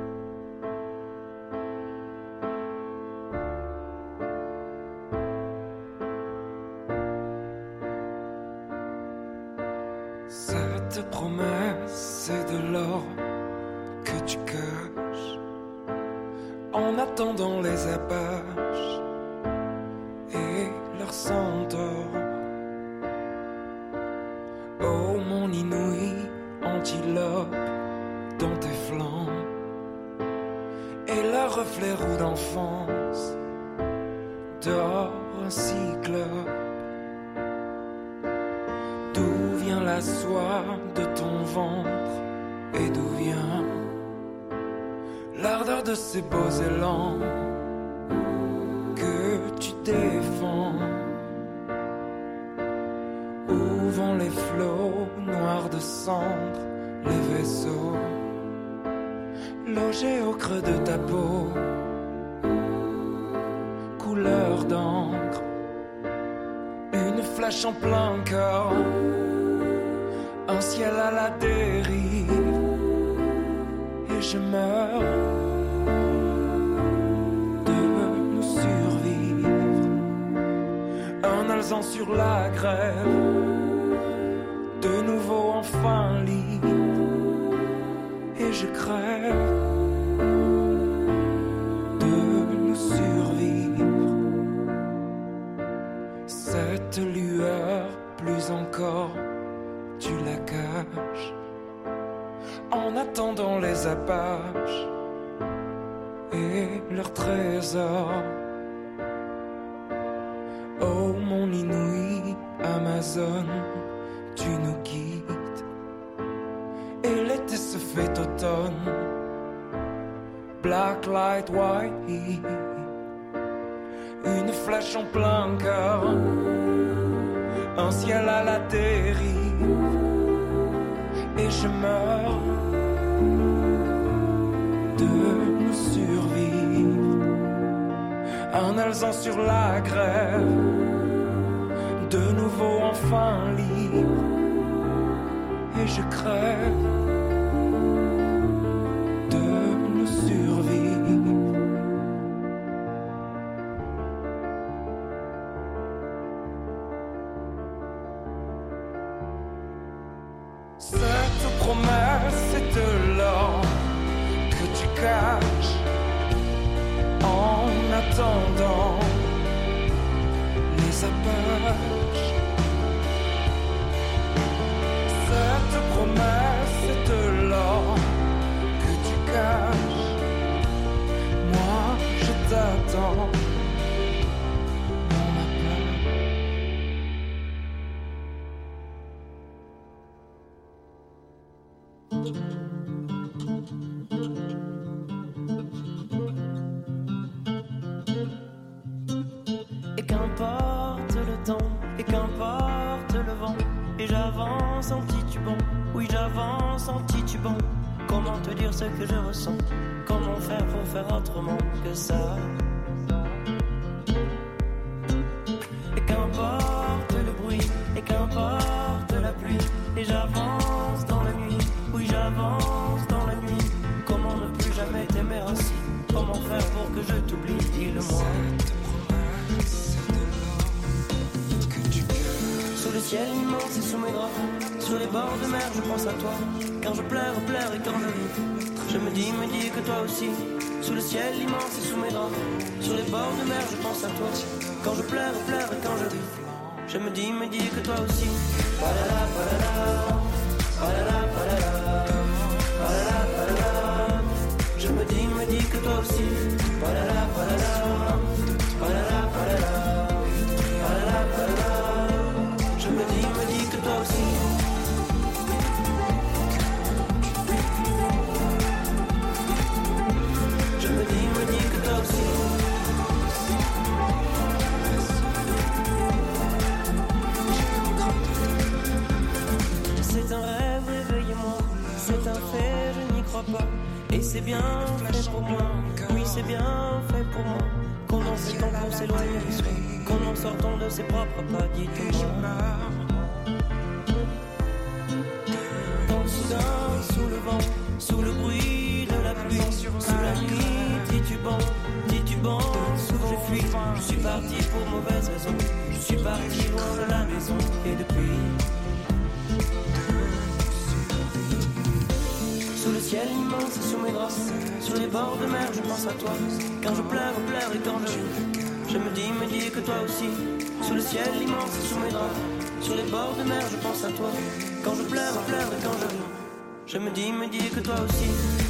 Cette promesse, c'est de l'or que tu caches en attendant les apaches et leur centaure. Oh mon inouï antilope dans tes flancs et le reflet roux d'enfance dort un cyclope. D'où vient la soie de ton ventre et d'où vient l'ardeur de ces beaux élans que tu défends? Où vont les flots noirs de cendre, les vaisseaux logés au creux de ta peau, couleur d'encre, une flèche en plein corps, un ciel à la dérive, et je meurs de nous survivre. Un alezan sur la grève, de nouveau enfin libre, et je crève de nous survivre. Cette lueur, plus encore, tu la caches en attendant les apaches et leurs trésors. Oh mon inouï Amazon, tu nous quittes et l'été se fait automne. Black light, white heat, une flèche en plein cœur, un ciel à la dérive, et je meurs de nous survivre. Un alezan sur la grève, de nouveau enfin libre, et je crève de nous survivre. Cette promesse, c'est de l'or que tu caches en attendant les apaches. Cette promesse, c'est de l'or que tu caches. Moi, je t'attends. Et qu'importe le temps, et qu'importe le vent, et j'avance en titubant, oui j'avance en titubant. Comment te dire ce que je ressens? Comment faire pour faire autrement que ça? Et qu'importe le bruit, et qu'importe qu'importe la pluie. Et j'avance dans la nuit, oui j'avance dans la nuit. Comment ne plus jamais t'aimer ainsi? Comment faire pour que je t'oublie? Dis-le-moi. Sous le ciel immense et sous mes draps, sur les bords de mer je pense à toi. Quand je pleure, pleure et quand je ris, je me dis, me dis que toi aussi. Sous le ciel immense et sous mes draps, sur les bords de mer je pense à toi. Quand je pleure, pleure et quand je ris, je me dis, me dis que toi aussi. Palala, palala, palala, palala, palala, palala. Je me dis, me dis que toi aussi. Palala, palala, palala, palala, palala, palala. Je me dis, me dis que toi aussi. Je me dis, me dis que toi aussi. C'est un rêve, réveillez-moi. C'est un fait, je n'y crois pas. Et c'est bien fait pour moi. Oui, c'est bien fait pour moi. Qu'on en fait tant pour s'éloigner du soi. Qu'on en sortant de ses propres pas, dites-moi. Quand soudain, sous le vent, sous le bruit de la pluie, sous la nuit, titubant, titubant, sous je fuis. Je suis parti pour mauvaise raison. Je suis parti loin de la maison. Et depuis, sous le ciel immense et sous mes draps, sur les bords de mer je pense à toi. Quand je pleure, pleure et quand je ris, je me dis, me dis que toi aussi. Sous le ciel immense et sous mes draps, sur les bords de mer je pense à toi. Quand je pleure, pleure et quand je ris, je me dis, me dis que toi aussi.